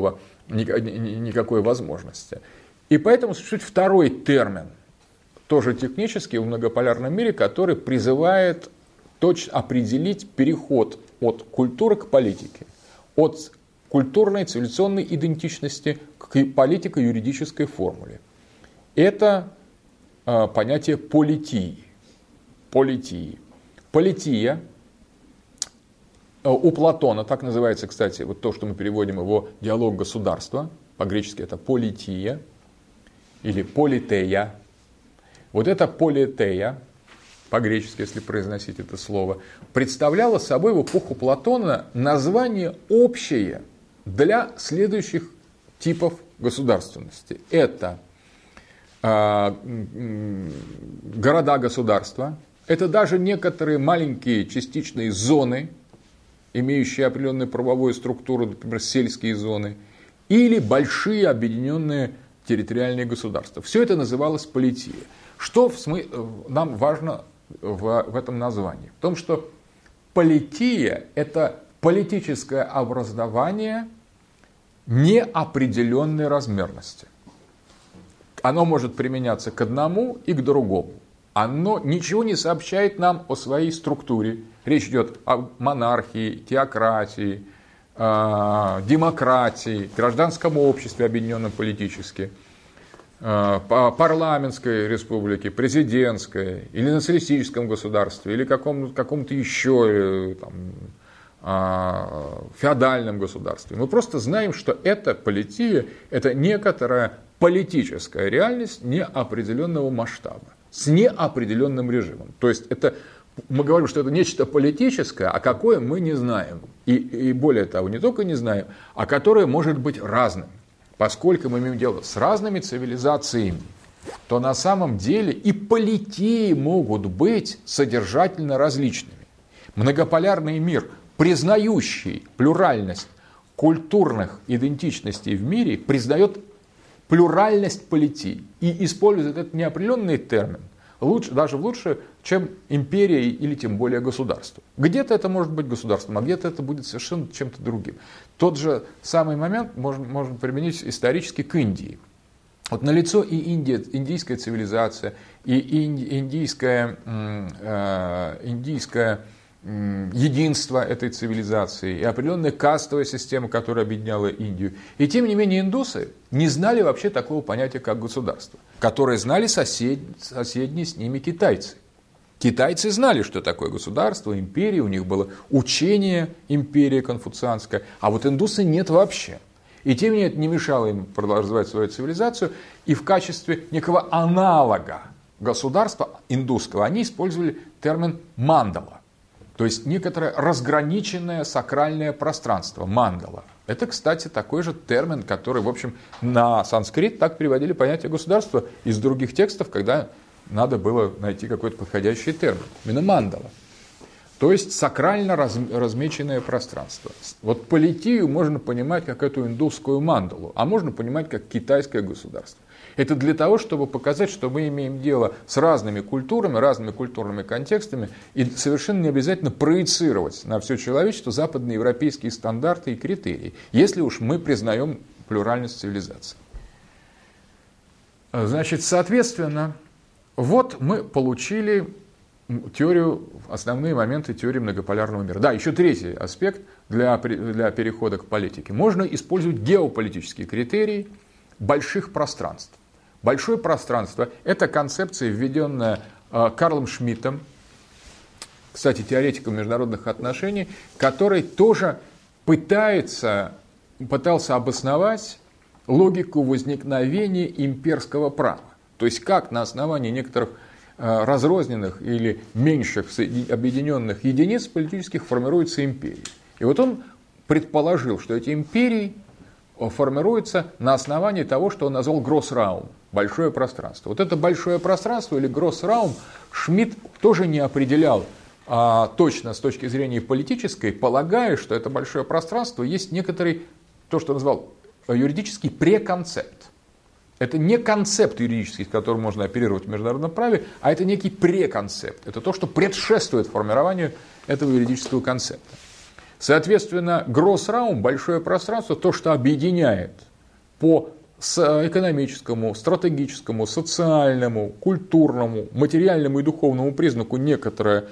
B: никакой возможности. И поэтому существует второй термин, тоже технический в многополярном мире, который призывает точно определить переход от культуры к политике, от культурной цивилизационной идентичности к политико-юридической формуле. Это понятие политии. Полития у Платона, так называется, кстати, вот то, что мы переводим его диалог государства, по-гречески это полития или политея. Вот эта политея, по-гречески, если произносить это слово, представляла собой в эпоху Платона название общее для следующих типов государственности. Это города-государства, это даже некоторые маленькие частичные зоны, имеющие определенную правовую структуру, например, сельские зоны, или большие объединенные территориальные государства. Все это называлось полития. Что нам важно в этом названии? В том, что полития – это политическое образование неопределенной размерности. Оно может применяться к одному и к другому. Оно ничего не сообщает нам о своей структуре. Речь идет о монархии, теократии, демократии, гражданском обществе, объединенном политически, парламентской республике, президентской, или националистическом государстве, или каком-то еще феодальном государстве. Мы просто знаем, что эта полития – это некоторая политическая реальность неопределенного масштаба, с неопределенным режимом. То есть мы говорим, что это нечто политическое, а какое мы не знаем. И более того, не только не знаем, а которое может быть разным. Поскольку мы имеем дело с разными цивилизациями, то на самом деле и политии могут быть содержательно различными. Многополярный мир, признающий плюральность культурных идентичностей в мире, признает плюральность политий и использует этот неопределенный термин даже лучше, чем империя или тем более государство. Где-то это может быть государством, а где-то это будет совершенно чем-то другим. Тот же самый момент можно применить исторически к Индии. Вот налицо и индийская цивилизация, и индийское единство этой цивилизации, и определенная кастовая система, которая объединяла Индию. И тем не менее индусы не знали вообще такого понятия, как государство, которое знали соседние с ними китайцы. Китайцы знали, что такое государство, империя, у них было учение империя конфуцианская, а вот индусы нет вообще. И тем не менее это не мешало им продолжать свою цивилизацию, и в качестве некого аналога государства индусского они использовали термин «мандала». То есть некоторое разграниченное сакральное пространство, мандала. Это, кстати, такой же термин, который, в общем, на санскрит так переводили понятие государства из других текстов, когда надо было найти какой-то подходящий термин. Именно мандала. То есть сакрально размеченное пространство. Вот политию можно понимать как эту индусскую мандалу, а можно понимать как китайское государство. Это для того, чтобы показать, что мы имеем дело с разными культурными контекстами, и совершенно не обязательно проецировать на все человечество западноевропейские стандарты и критерии, если уж мы признаем плюральность цивилизации. Значит, соответственно, вот мы получили теорию, основные моменты теории многополярного мира. Да, еще третий аспект для перехода к политике. Можно использовать геополитические критерии больших пространств. Большое пространство – это концепция, введенная Карлом Шмидтом, кстати, теоретиком международных отношений, который тоже пытался обосновать логику возникновения имперского права. То есть, как на основании некоторых разрозненных или меньших объединенных единиц политических формируются империи. И вот он предположил, что эти империи формируются на основании того, что он назвал Гроссраум, большое пространство. Вот это большое пространство или Гроссраум Шмидт тоже не определял точно с точки зрения политической, полагая, что это большое пространство есть некоторый, то, что он назвал юридический преконцепт. Это не концепт юридический, с которым можно оперировать в международном праве, а это некий преконцепт. Это то, что предшествует формированию этого юридического концепта. Соответственно, Гроссраум, большое пространство, то, что объединяет по экономическому, стратегическому, социальному, культурному, материальному и духовному признаку некоторую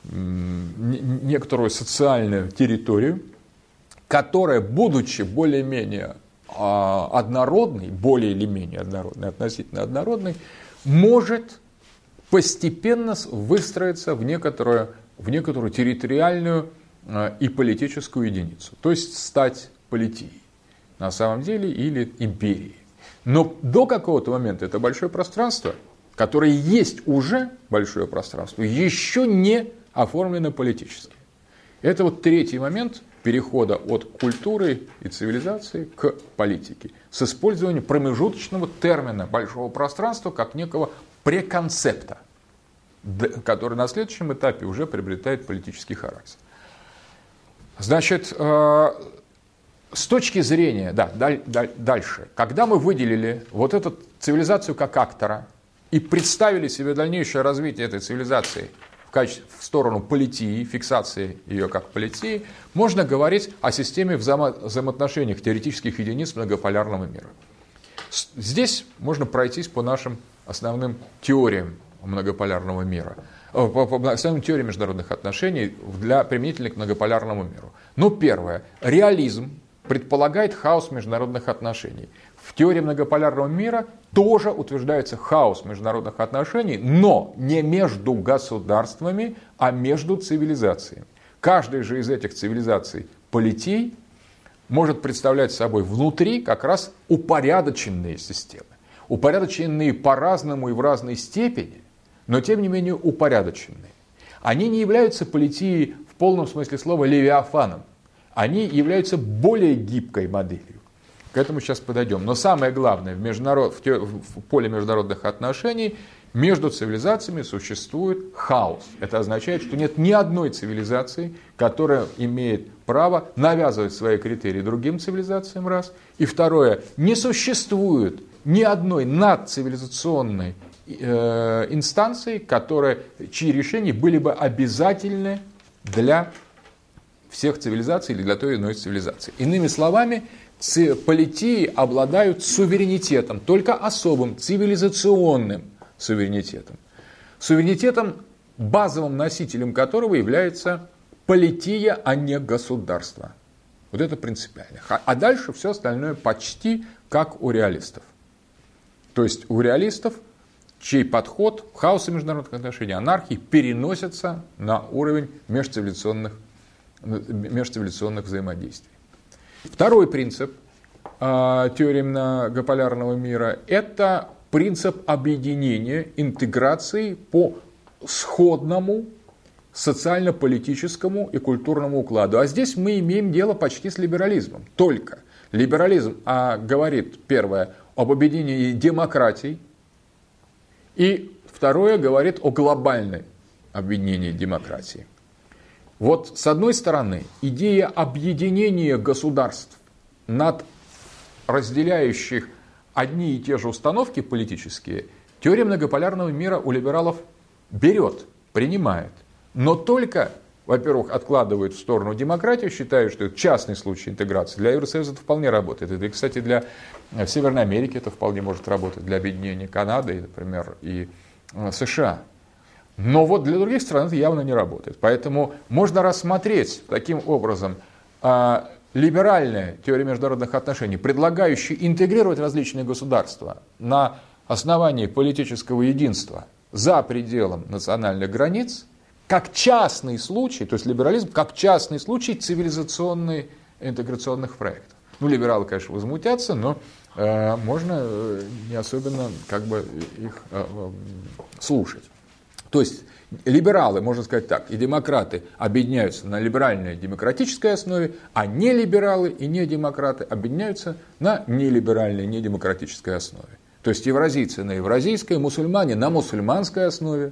B: социальную территорию, которая, будучи более-менее однородный, более или менее однородный, относительно однородный, может постепенно выстроиться в некоторую территориальную и политическую единицу, то есть стать политией на самом деле или империей. Но до какого-то момента это большое пространство, которое есть уже большое пространство, еще не оформлено политически. Это вот третий момент перехода от культуры и цивилизации к политике с использованием промежуточного термина большого пространства как некого преконцепта, который на следующем этапе уже приобретает политический характер. Значит, с точки зрения, дальше, когда мы выделили вот эту цивилизацию как актора и представили себе дальнейшее развитие этой цивилизации в сторону политии, фиксации ее как политии, можно говорить о системе взаимоотношениях теоретических единиц многополярного мира. Здесь можно пройтись по нашим основным теориям многополярного мира, по основным теориям международных отношений применительно к многополярному миру. Ну, первое. Реализм предполагает хаос международных отношений. В теории многополярного мира тоже утверждается хаос международных отношений, но не между государствами, а между цивилизациями. Каждая же из этих цивилизаций политий может представлять собой внутри как раз упорядоченные системы. Упорядоченные по-разному и в разной степени, но тем не менее упорядоченные. Они не являются политией в полном смысле слова левиафаном. Они являются более гибкой моделью. К этому сейчас подойдем. Но самое главное, в поле международных отношений между цивилизациями существует хаос. Это означает, что нет ни одной цивилизации, которая имеет право навязывать свои критерии другим цивилизациям, раз. И второе, не существует ни одной надцивилизационной инстанции, чьи решения были бы обязательны для всех цивилизаций или для той или иной цивилизации. Иными словами, политии обладают суверенитетом, только особым цивилизационным суверенитетом. Суверенитетом, базовым носителем которого является полития, а не государство. Вот это принципиально. А дальше все остальное почти как у реалистов. То есть у реалистов, чей подход хаоса международных отношений, анархии переносится на уровень межцивилизационных взаимодействий. Второй принцип теории многополярного мира – это принцип объединения, интеграции по сходному социально-политическому и культурному укладу. А здесь мы имеем дело почти с либерализмом. Только либерализм говорит, первое, об объединении демократий, и второе, говорит о глобальном объединении демократии. Вот с одной стороны, идея объединения государств над разделяющих одни и те же установки политические, теория многополярного мира у либералов берет, принимает. Но только, во-первых, откладывают в сторону демократию, считают, что это частный случай интеграции. Для Евросоюза это вполне работает. И, кстати, для Северной Америки это вполне может работать, для объединения Канады, например, и США. Но вот для других стран это явно не работает. Поэтому можно рассмотреть таким образом либеральная теория международных отношений, предлагающая интегрировать различные государства на основании политического единства за пределом национальных границ, как частный случай, то есть либерализм как частный случай цивилизационных интеграционных проектов. Ну, либералы, конечно, возмутятся, но можно не особенно их слушать. То есть либералы, можно сказать так, и демократы объединяются на либеральной демократической основе, а не либералы и не демократы объединяются на нелиберальной, недемократической основе. То есть евразийцы на евразийской, мусульмане на мусульманской основе,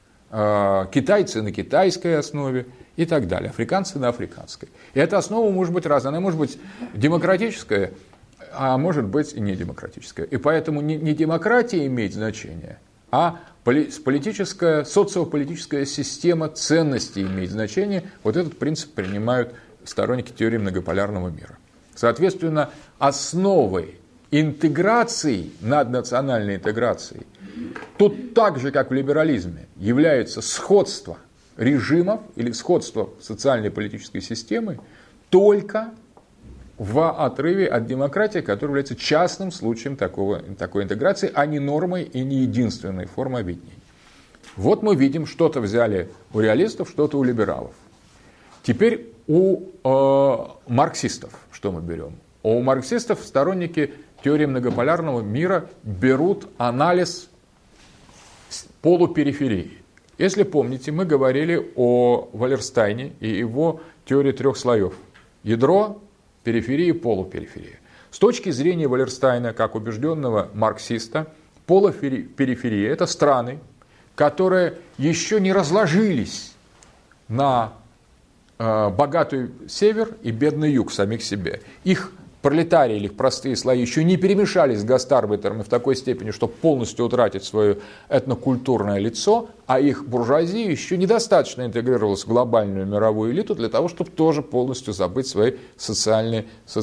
B: китайцы на китайской основе и так далее, африканцы на африканской. И эта основа может быть разная, она может быть демократическая, а может быть и недемократическая. И поэтому не демократия имеет значение, а политическая, социополитическая система ценностей имеет значение. Вот этот принцип принимают сторонники теории многополярного мира. Соответственно, основой интеграции, наднациональной интеграции, тут так же, как в либерализме, является сходство режимов или сходство социальной и политической системы только в отрыве от демократии, которая является частным случаем такой интеграции, а не нормой и не единственной формой объединения. Вот мы видим, что-то взяли у реалистов, что-то у либералов. Теперь у марксистов что мы берем? У марксистов сторонники теории многополярного мира берут анализ полупериферии. Если помните, мы говорили о Валерстайне и его теории трех слоев. Ядро, периферия, полупериферия. С точки зрения Валерстайна, как убежденного марксиста, полупериферия – это страны, которые еще не разложились на богатый север и бедный юг самих себе. Их пролетарии или их простые слои еще не перемешались с гастарбайтерами в такой степени, чтобы полностью утратить свое этнокультурное лицо, а их буржуазия еще недостаточно интегрировалась в глобальную мировую элиту для того, чтобы тоже полностью забыть свою социальную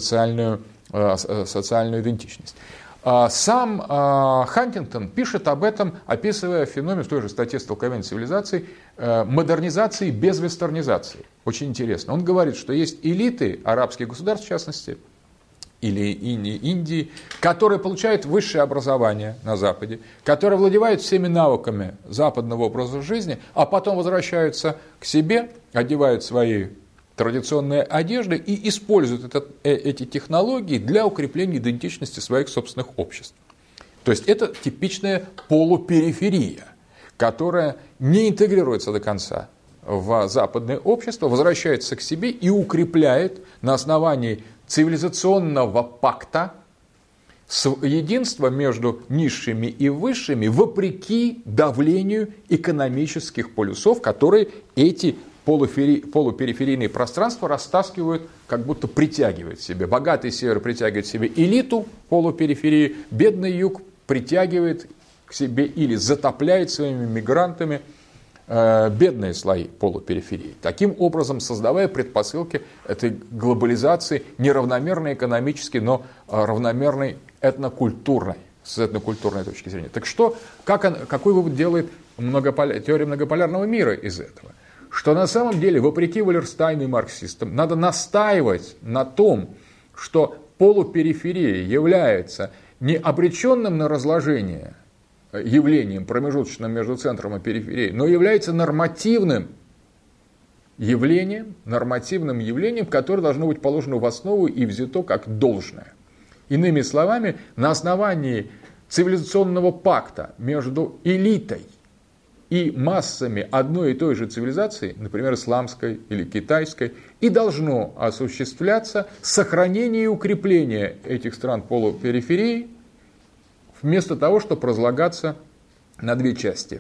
B: идентичность. Сам Хантингтон пишет об этом, описывая феномен в той же статье «Столкновение цивилизаций» модернизации без вестернизации. Очень интересно. Он говорит, что есть элиты арабских государств, в частности, или Индии, которые получают высшее образование на Западе, которые владеют всеми навыками западного образа жизни, а потом возвращаются к себе, одевают свои традиционные одежды и используют эти технологии для укрепления идентичности своих собственных обществ. То есть это типичная полупериферия, которая не интегрируется до конца в западное общество, возвращается к себе и укрепляет на основании цивилизационного пакта единство между низшими и высшими вопреки давлению экономических полюсов, которые эти полупериферийные пространства растаскивают, как будто притягивают к себе. Богатый север притягивает к себе элиту полупериферии, бедный юг притягивает к себе или затопляет своими мигрантами бедные слои полупериферии. Таким образом, создавая предпосылки этой глобализации неравномерной экономически, но равномерной этнокультурной, с этнокультурной точки зрения. Так что, какой вывод делает теория многополярного мира из этого? Что на самом деле, вопреки Валерстайну и марксистам, надо настаивать на том, что полупериферия является не обреченным на разложение явлением, промежуточным между центром и периферией, но является нормативным явлением, которое должно быть положено в основу и взято как должное. Иными словами, на основании цивилизационного пакта между элитой и массами одной и той же цивилизации, например, исламской или китайской, и должно осуществляться сохранение и укрепление этих стран полупериферии, вместо того, чтобы разлагаться на две части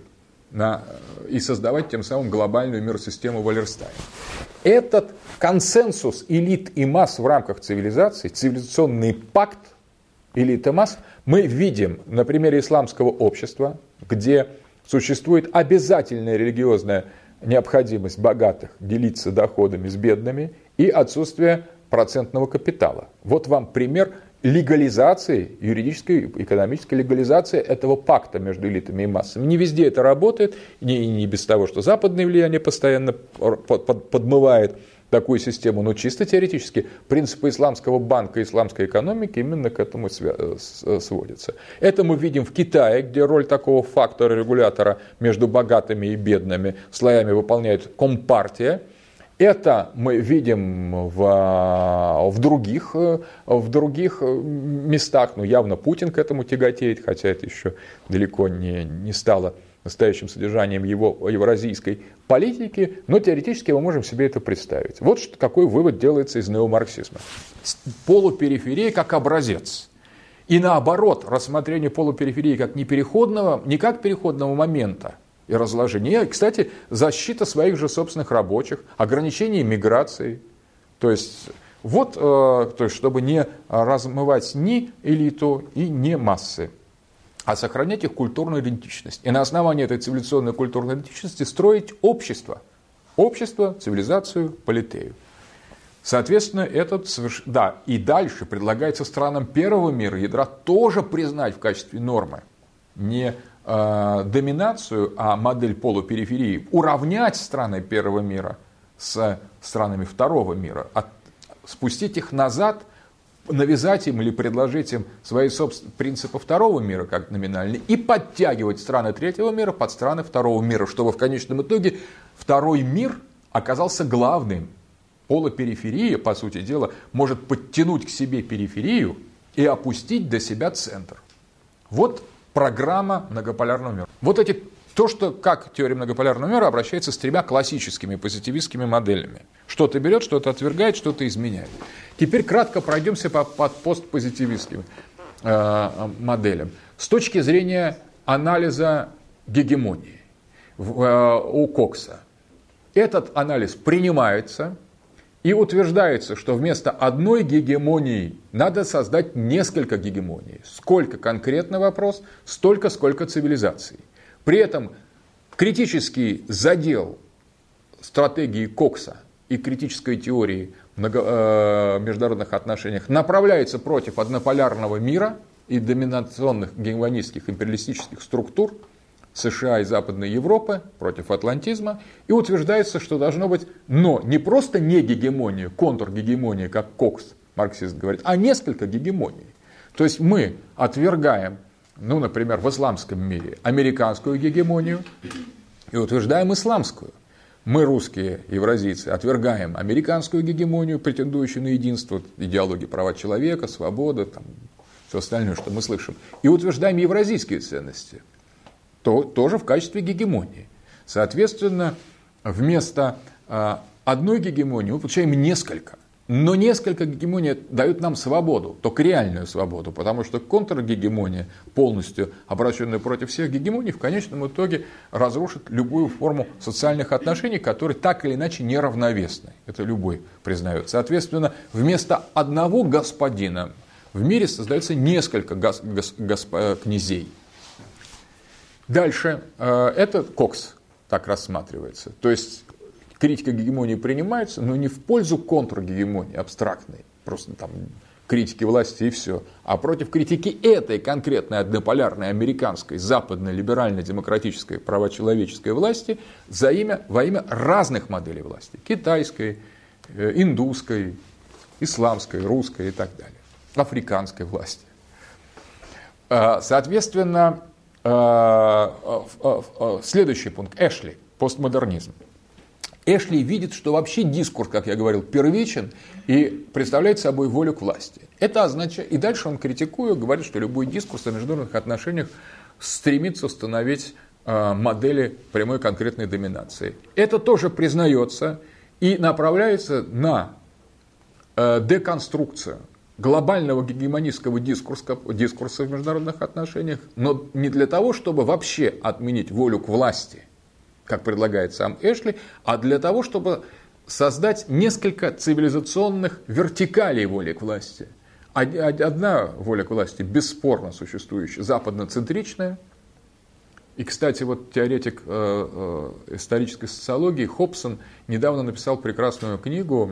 B: и создавать тем самым глобальную миросистему Валерстайна. Этот консенсус элит и масс в рамках цивилизации, цивилизационный пакт элит и масс, мы видим на примере исламского общества, где существует обязательная религиозная необходимость богатых делиться доходами с бедными и отсутствие процентного капитала. Вот вам пример легализации, юридической, экономической легализации этого пакта между элитами и массами. Не везде это работает, не без того, что западное влияние постоянно подмывает такую систему, но чисто теоретически принципы исламского банка и исламской экономики именно к этому сводятся. Это мы видим в Китае, где роль такого фактора-регулятора между богатыми и бедными слоями выполняет Компартия. Это мы видим в других местах, но явно Путин к этому тяготеет, хотя это еще далеко не стало настоящим содержанием его евразийской политики, но теоретически мы можем себе это представить. Вот какой вывод делается из неомарксизма. Полупериферия как образец. И наоборот, рассмотрение полупериферии как не как переходного момента и разложения. Кстати, защита своих же собственных рабочих, ограничение миграции. То есть, чтобы не размывать ни элиту и ни массы, а сохранять их культурную идентичность. И на основании этой цивилизационной культурной идентичности строить общество. Общество, цивилизацию, политею. Соответственно, и дальше предлагается странам первого мира ядра тоже признать в качестве нормы не доминацию, а модель полупериферии, уравнять страны первого мира с странами второго мира, спустить их назад, навязать им или предложить им свои собственные принципы второго мира как номинальные и подтягивать страны третьего мира под страны второго мира, чтобы в конечном итоге второй мир оказался главным. Полупериферия, по сути дела, может подтянуть к себе периферию и опустить до себя центр. Вот программа многополярного мира. Как теория многополярного мира обращается с тремя классическими позитивистскими моделями. Что-то берет, что-то отвергает, что-то изменяет. Теперь кратко пройдемся по постпозитивистским моделям. С точки зрения анализа гегемонии у Кокса. Этот анализ принимается и утверждается, что вместо одной гегемонии надо создать несколько гегемоний. Сколько конкретно вопрос, столько, сколько цивилизаций. При этом критический задел стратегии Кокса и критической теории в международных отношениях направляется против однополярного мира и доминационных гегемонистских империалистических структур США и Западной Европы, против атлантизма, и утверждается, что должно быть, но не просто не гегемония, контргегемония, как Кокс, марксист говорит, а несколько гегемоний. То есть мы отвергаем, например, в исламском мире американскую гегемонию и утверждаем исламскую. Мы, русские евразийцы, отвергаем американскую гегемонию, претендующую на единство, идеологии права человека, свобода, все остальное, что мы слышим, и утверждаем евразийские ценности, тоже в качестве гегемонии. Соответственно, вместо одной гегемонии мы получаем несколько. Но несколько гегемоний дают нам свободу, только реальную свободу, потому что контргегемония, полностью обращенная против всех гегемоний, в конечном итоге разрушит любую форму социальных отношений, которые так или иначе неравновесны. Это любой признает. Соответственно, вместо одного господина в мире создается несколько князей. Дальше, это Кокс так рассматривается. То есть критика гегемонии принимается, но не в пользу контргегемонии абстрактной, просто критики власти и все, а против критики этой конкретной однополярной американской, западной, либеральной, демократической, правочеловеческой власти во имя разных моделей власти. Китайской, индусской, исламской, русской и так далее. Африканской власти. Соответственно, следующий пункт. Эшли. Постмодернизм. Эшли видит, что вообще дискурс, как я говорил, первичен и представляет собой волю к власти. Это означает, и дальше он критикует, говорит, что любой дискурс о международных отношениях стремится установить модели прямой конкретной доминации. Это тоже признается и направляется на деконструкцию глобального гегемонистского дискурса в международных отношениях, но не для того, чтобы вообще отменить волю к власти, как предлагает сам Эшли, а для того, чтобы создать несколько цивилизационных вертикалей воли к власти. Одна воля к власти бесспорно существующая, западноцентричная. И, кстати, вот теоретик исторической социологии Хобсон недавно написал прекрасную книгу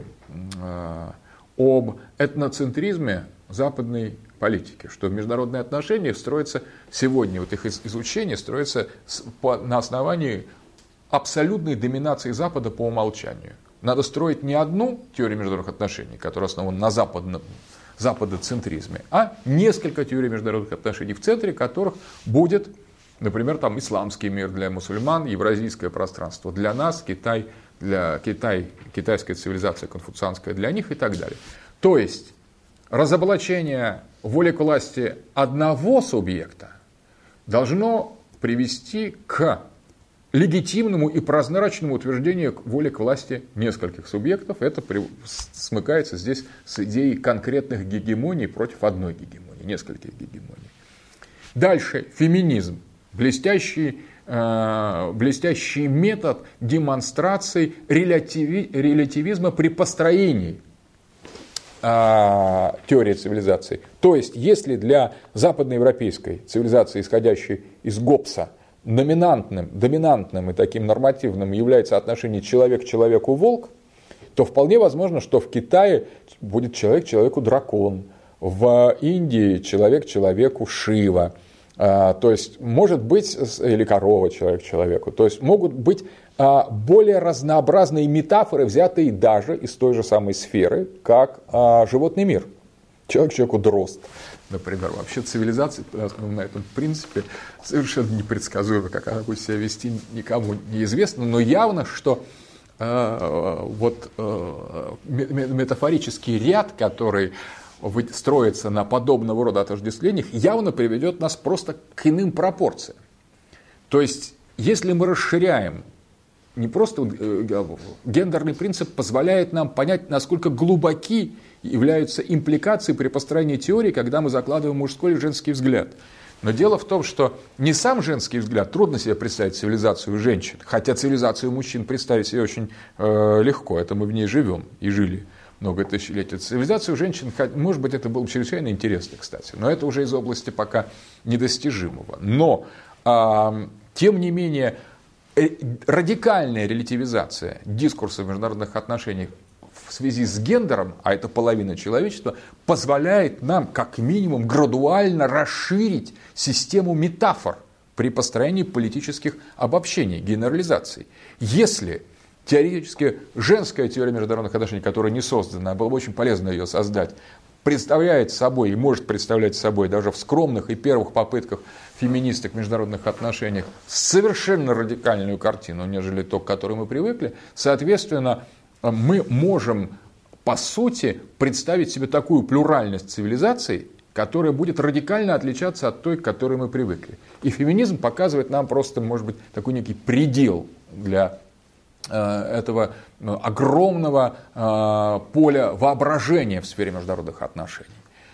B: об этноцентризме западной политики, что международные отношения строятся сегодня, вот их изучение строится на основании абсолютной доминации Запада по умолчанию. Надо строить не одну теорию международных отношений, которая основана на западоцентризме, а несколько теорий международных отношений, в центре которых будет, например, там исламский мир для мусульман, евразийское пространство для нас, Китай, китайская цивилизация конфуцианская для них и так далее. То есть разоблачение воли к власти одного субъекта должно привести к легитимному и прозрачному утверждению воли к власти нескольких субъектов. Это смыкается здесь с идеей конкретных гегемоний против одной гегемонии, нескольких гегемоний. Дальше феминизм. Блестящий метод демонстрации релятивизма при построении теории цивилизации. То есть, если для западноевропейской цивилизации, исходящей из Гоббса, доминантным и таким нормативным является отношение человек к человеку волк, то вполне возможно, что в Китае будет человек человеку дракон, в Индии человек человеку Шива, то есть может быть, или корова человек человеку, то есть могут быть более разнообразные метафоры, взятые даже из той же самой сферы, как животный мир. Человек человеку дрозд. Например, вообще цивилизация на этом принципе совершенно непредсказуема, как она будет себя вести, никому неизвестно, но явно, что метафорический ряд, который строится на подобного рода отождествлениях, явно приведет нас просто к иным пропорциям. То есть, если мы расширяем, не просто гендерный принцип позволяет нам понять, насколько глубоки являются импликации при построении теории, когда мы закладываем мужской и женский взгляд. Но дело в том, что не сам женский взгляд, трудно себе представить цивилизацию женщин, хотя цивилизацию мужчин представить себе очень легко, это мы в ней живем и жили много тысячелетий. Цивилизацию женщин, может быть, это было бы чрезвычайно интересно, кстати, но это уже из области пока недостижимого. Но, тем не менее, радикальная релятивизация дискурса в международных отношениях в связи с гендером, а это половина человечества, позволяет нам как минимум градуально расширить систему метафор при построении политических обобщений, генерализаций. Если теоретически женская теория международных отношений, которая не создана, было бы очень полезно ее создать, представляет собой и может представлять собой даже в скромных и первых попытках феминисток в международных отношениях совершенно радикальную картину, нежели то, к которой мы привыкли, соответственно, мы можем, по сути, представить себе такую плюральность цивилизаций, которая будет радикально отличаться от той, к которой мы привыкли. И феминизм показывает нам просто, может быть, такой некий предел для этого огромного поля воображения в сфере международных отношений.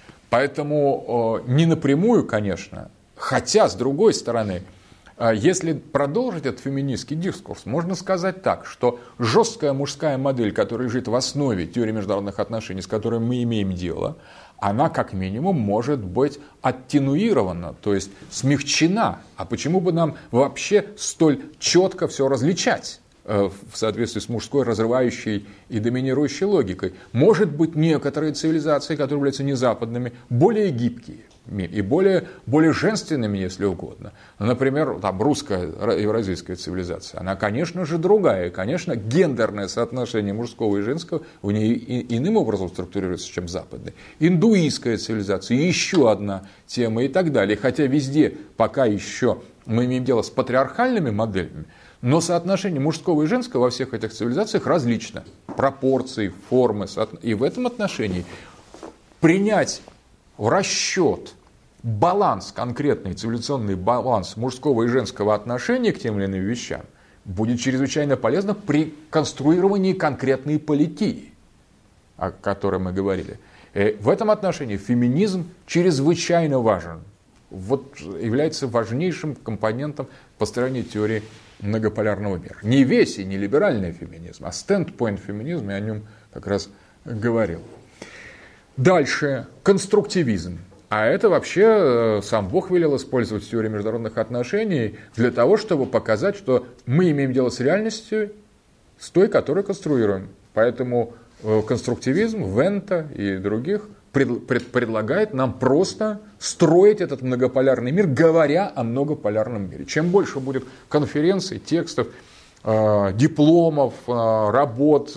B: Поэтому не напрямую, конечно, хотя, с другой стороны, если продолжить этот феминистский дискурс, можно сказать так, что жесткая мужская модель, которая лежит в основе теории международных отношений, с которой мы имеем дело, она как минимум может быть аттенуирована, то есть смягчена. А почему бы нам вообще столь четко все различать в соответствии с мужской разрывающей и доминирующей логикой? Может быть, некоторые цивилизации, которые являются незападными, более гибкие и более женственными, если угодно. Например, там, русская евразийская цивилизация, она, конечно же, другая. Конечно, гендерное соотношение мужского и женского у нее иным образом структурируется, чем западная. Индуистская цивилизация, еще одна тема и так далее. Хотя везде пока еще мы имеем дело с патриархальными моделями, но соотношение мужского и женского во всех этих цивилизациях различно. Пропорции, формы. И в этом отношении принять в расчет баланс, конкретный цивилизационный баланс мужского и женского отношения к тем или иным вещам будет чрезвычайно полезно при конструировании конкретной политики, о которой мы говорили. В этом отношении феминизм чрезвычайно важен. Вот является важнейшим компонентом построения теории многополярного мира. Не весь и не либеральный феминизм, а стендпоинт феминизм, я о нем как раз говорил. Дальше. Конструктивизм. А это вообще сам Бог велел использовать в теории международных отношений для того, чтобы показать, что мы имеем дело с реальностью, с той, которую конструируем. Поэтому конструктивизм, Вента и других предлагает нам просто строить этот многополярный мир, говоря о многополярном мире. Чем больше будет конференций, текстов, дипломов, работ,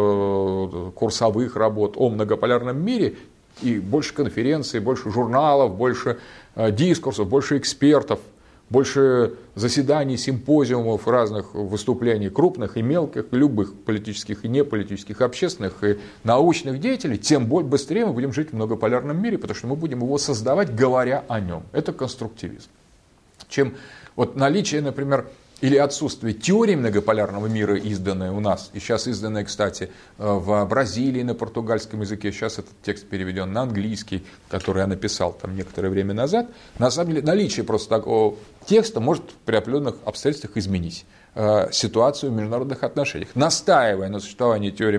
B: курсовых работ о многополярном мире, и больше конференций, больше журналов, больше дискурсов, больше экспертов, больше заседаний, симпозиумов, разных выступлений, крупных и мелких, любых политических и неполитических, общественных и научных деятелей, тем быстрее мы будем жить в многополярном мире, потому что мы будем его создавать, говоря о нем. Это конструктивизм. Чем вот наличие, например, или отсутствие теории многополярного мира, изданной у нас, и сейчас изданная, кстати, в Бразилии на португальском языке, сейчас этот текст переведен на английский, который я написал там некоторое время назад, на самом деле наличие просто такого текста может при определенных обстоятельствах изменить ситуацию в международных отношениях. Настаивая на существовании теории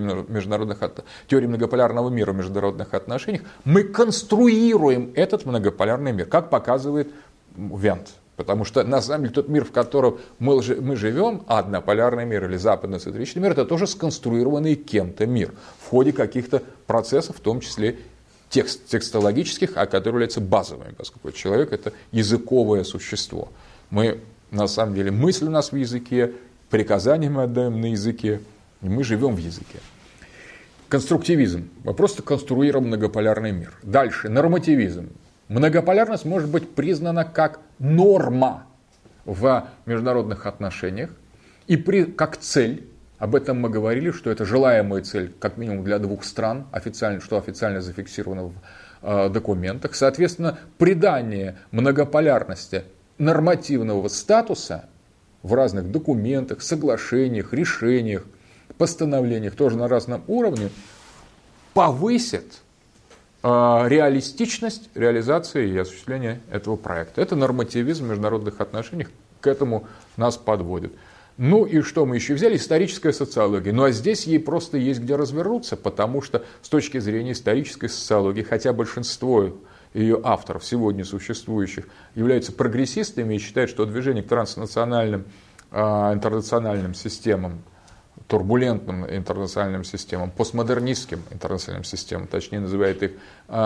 B: многополярного мира в международных отношениях, мы конструируем этот многополярный мир, как показывает Вент. Потому что, на самом деле, тот мир, в котором мы живем, однополярный мир или западно-центричный мир, это тоже сконструированный кем-то мир в ходе каких-то процессов, в том числе текстологических, которые являются базовыми, поскольку человек – это языковое существо. Мы, на самом деле, мысль у нас в языке, приказания мы отдаем на языке, и мы живем в языке. Конструктивизм. Мы просто конструируем многополярный мир. Дальше. Нормативизм. Многополярность может быть признана как норма в международных отношениях и как цель. Об этом мы говорили, что это желаемая цель как минимум для двух стран, что официально зафиксировано в документах. Соответственно, придание многополярности нормативного статуса в разных документах, соглашениях, решениях, постановлениях, тоже на разном уровне, повысит реалистичность реализации и осуществления этого проекта. Это нормативизм в международных отношениях, к этому нас подводит. Ну и что мы еще взяли? Историческая социология. Ну а здесь ей просто есть где развернуться, потому что с точки зрения исторической социологии, хотя большинство ее авторов, сегодня существующих, являются прогрессистами и считают, что движение к транснациональным интернациональным системам, турбулентным интернациональным системам, постмодернистским интернациональным системам, точнее называет их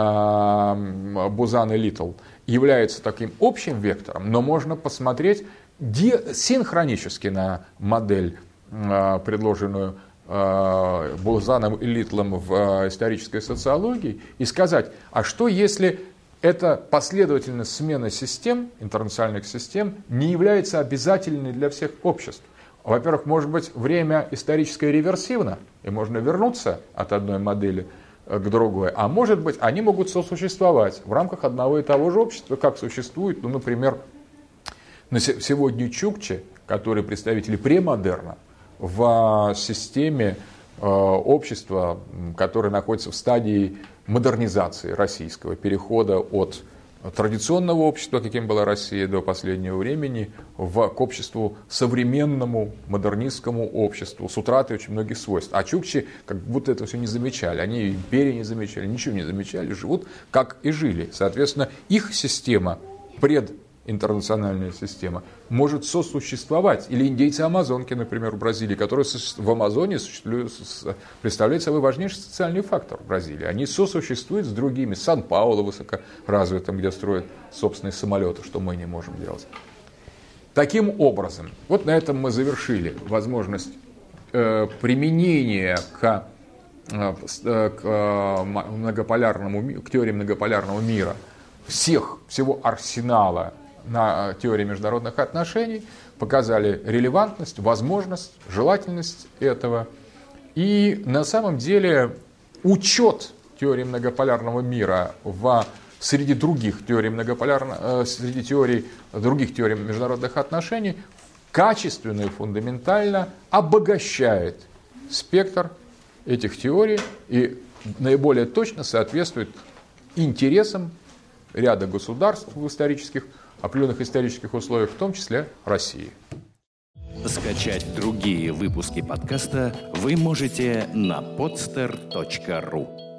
B: Бузан и Литтл, является таким общим вектором, но можно посмотреть синхронически на модель, предложенную Бузаном и Литтлом в исторической социологии, и сказать, а что если эта последовательность смены систем, интернациональных систем, не является обязательной для всех обществ? Во-первых, может быть, время историческое реверсивно, и можно вернуться от одной модели к другой. А может быть, они могут сосуществовать в рамках одного и того же общества, как существует, ну, например, сегодня чукчи, которые представители премодерна, в системе общества, которое находится в стадии модернизации российского, перехода от традиционного общества, каким была Россия до последнего времени, к обществу современному, модернистскому обществу, с утратой очень многих свойств. А чукчи как будто это все не замечали. Они империи не замечали, ничего не замечали, живут как и жили. Соответственно, их система, прединтернациональная система, может сосуществовать. Или индейцы-амазонки, например, в Бразилии, которые в Амазонии представляют собой важнейший социальный фактор в Бразилии. Они сосуществуют с другими. Сан-Пауло высокоразвитым, где строят собственные самолеты, что мы не можем делать. Таким образом, вот на этом мы завершили возможность применения к теории многополярного мира всего арсенала на теории международных отношений, показали релевантность, возможность, желательность этого. И на самом деле учет теории многополярного мира в среди других теорий среди других теорий международных отношений качественно и фундаментально обогащает спектр этих теорий и наиболее точно соответствует интересам ряда государств в определенных исторических условиях, в том числе России.
A: Скачать другие выпуски подкаста вы можете на podster.ru.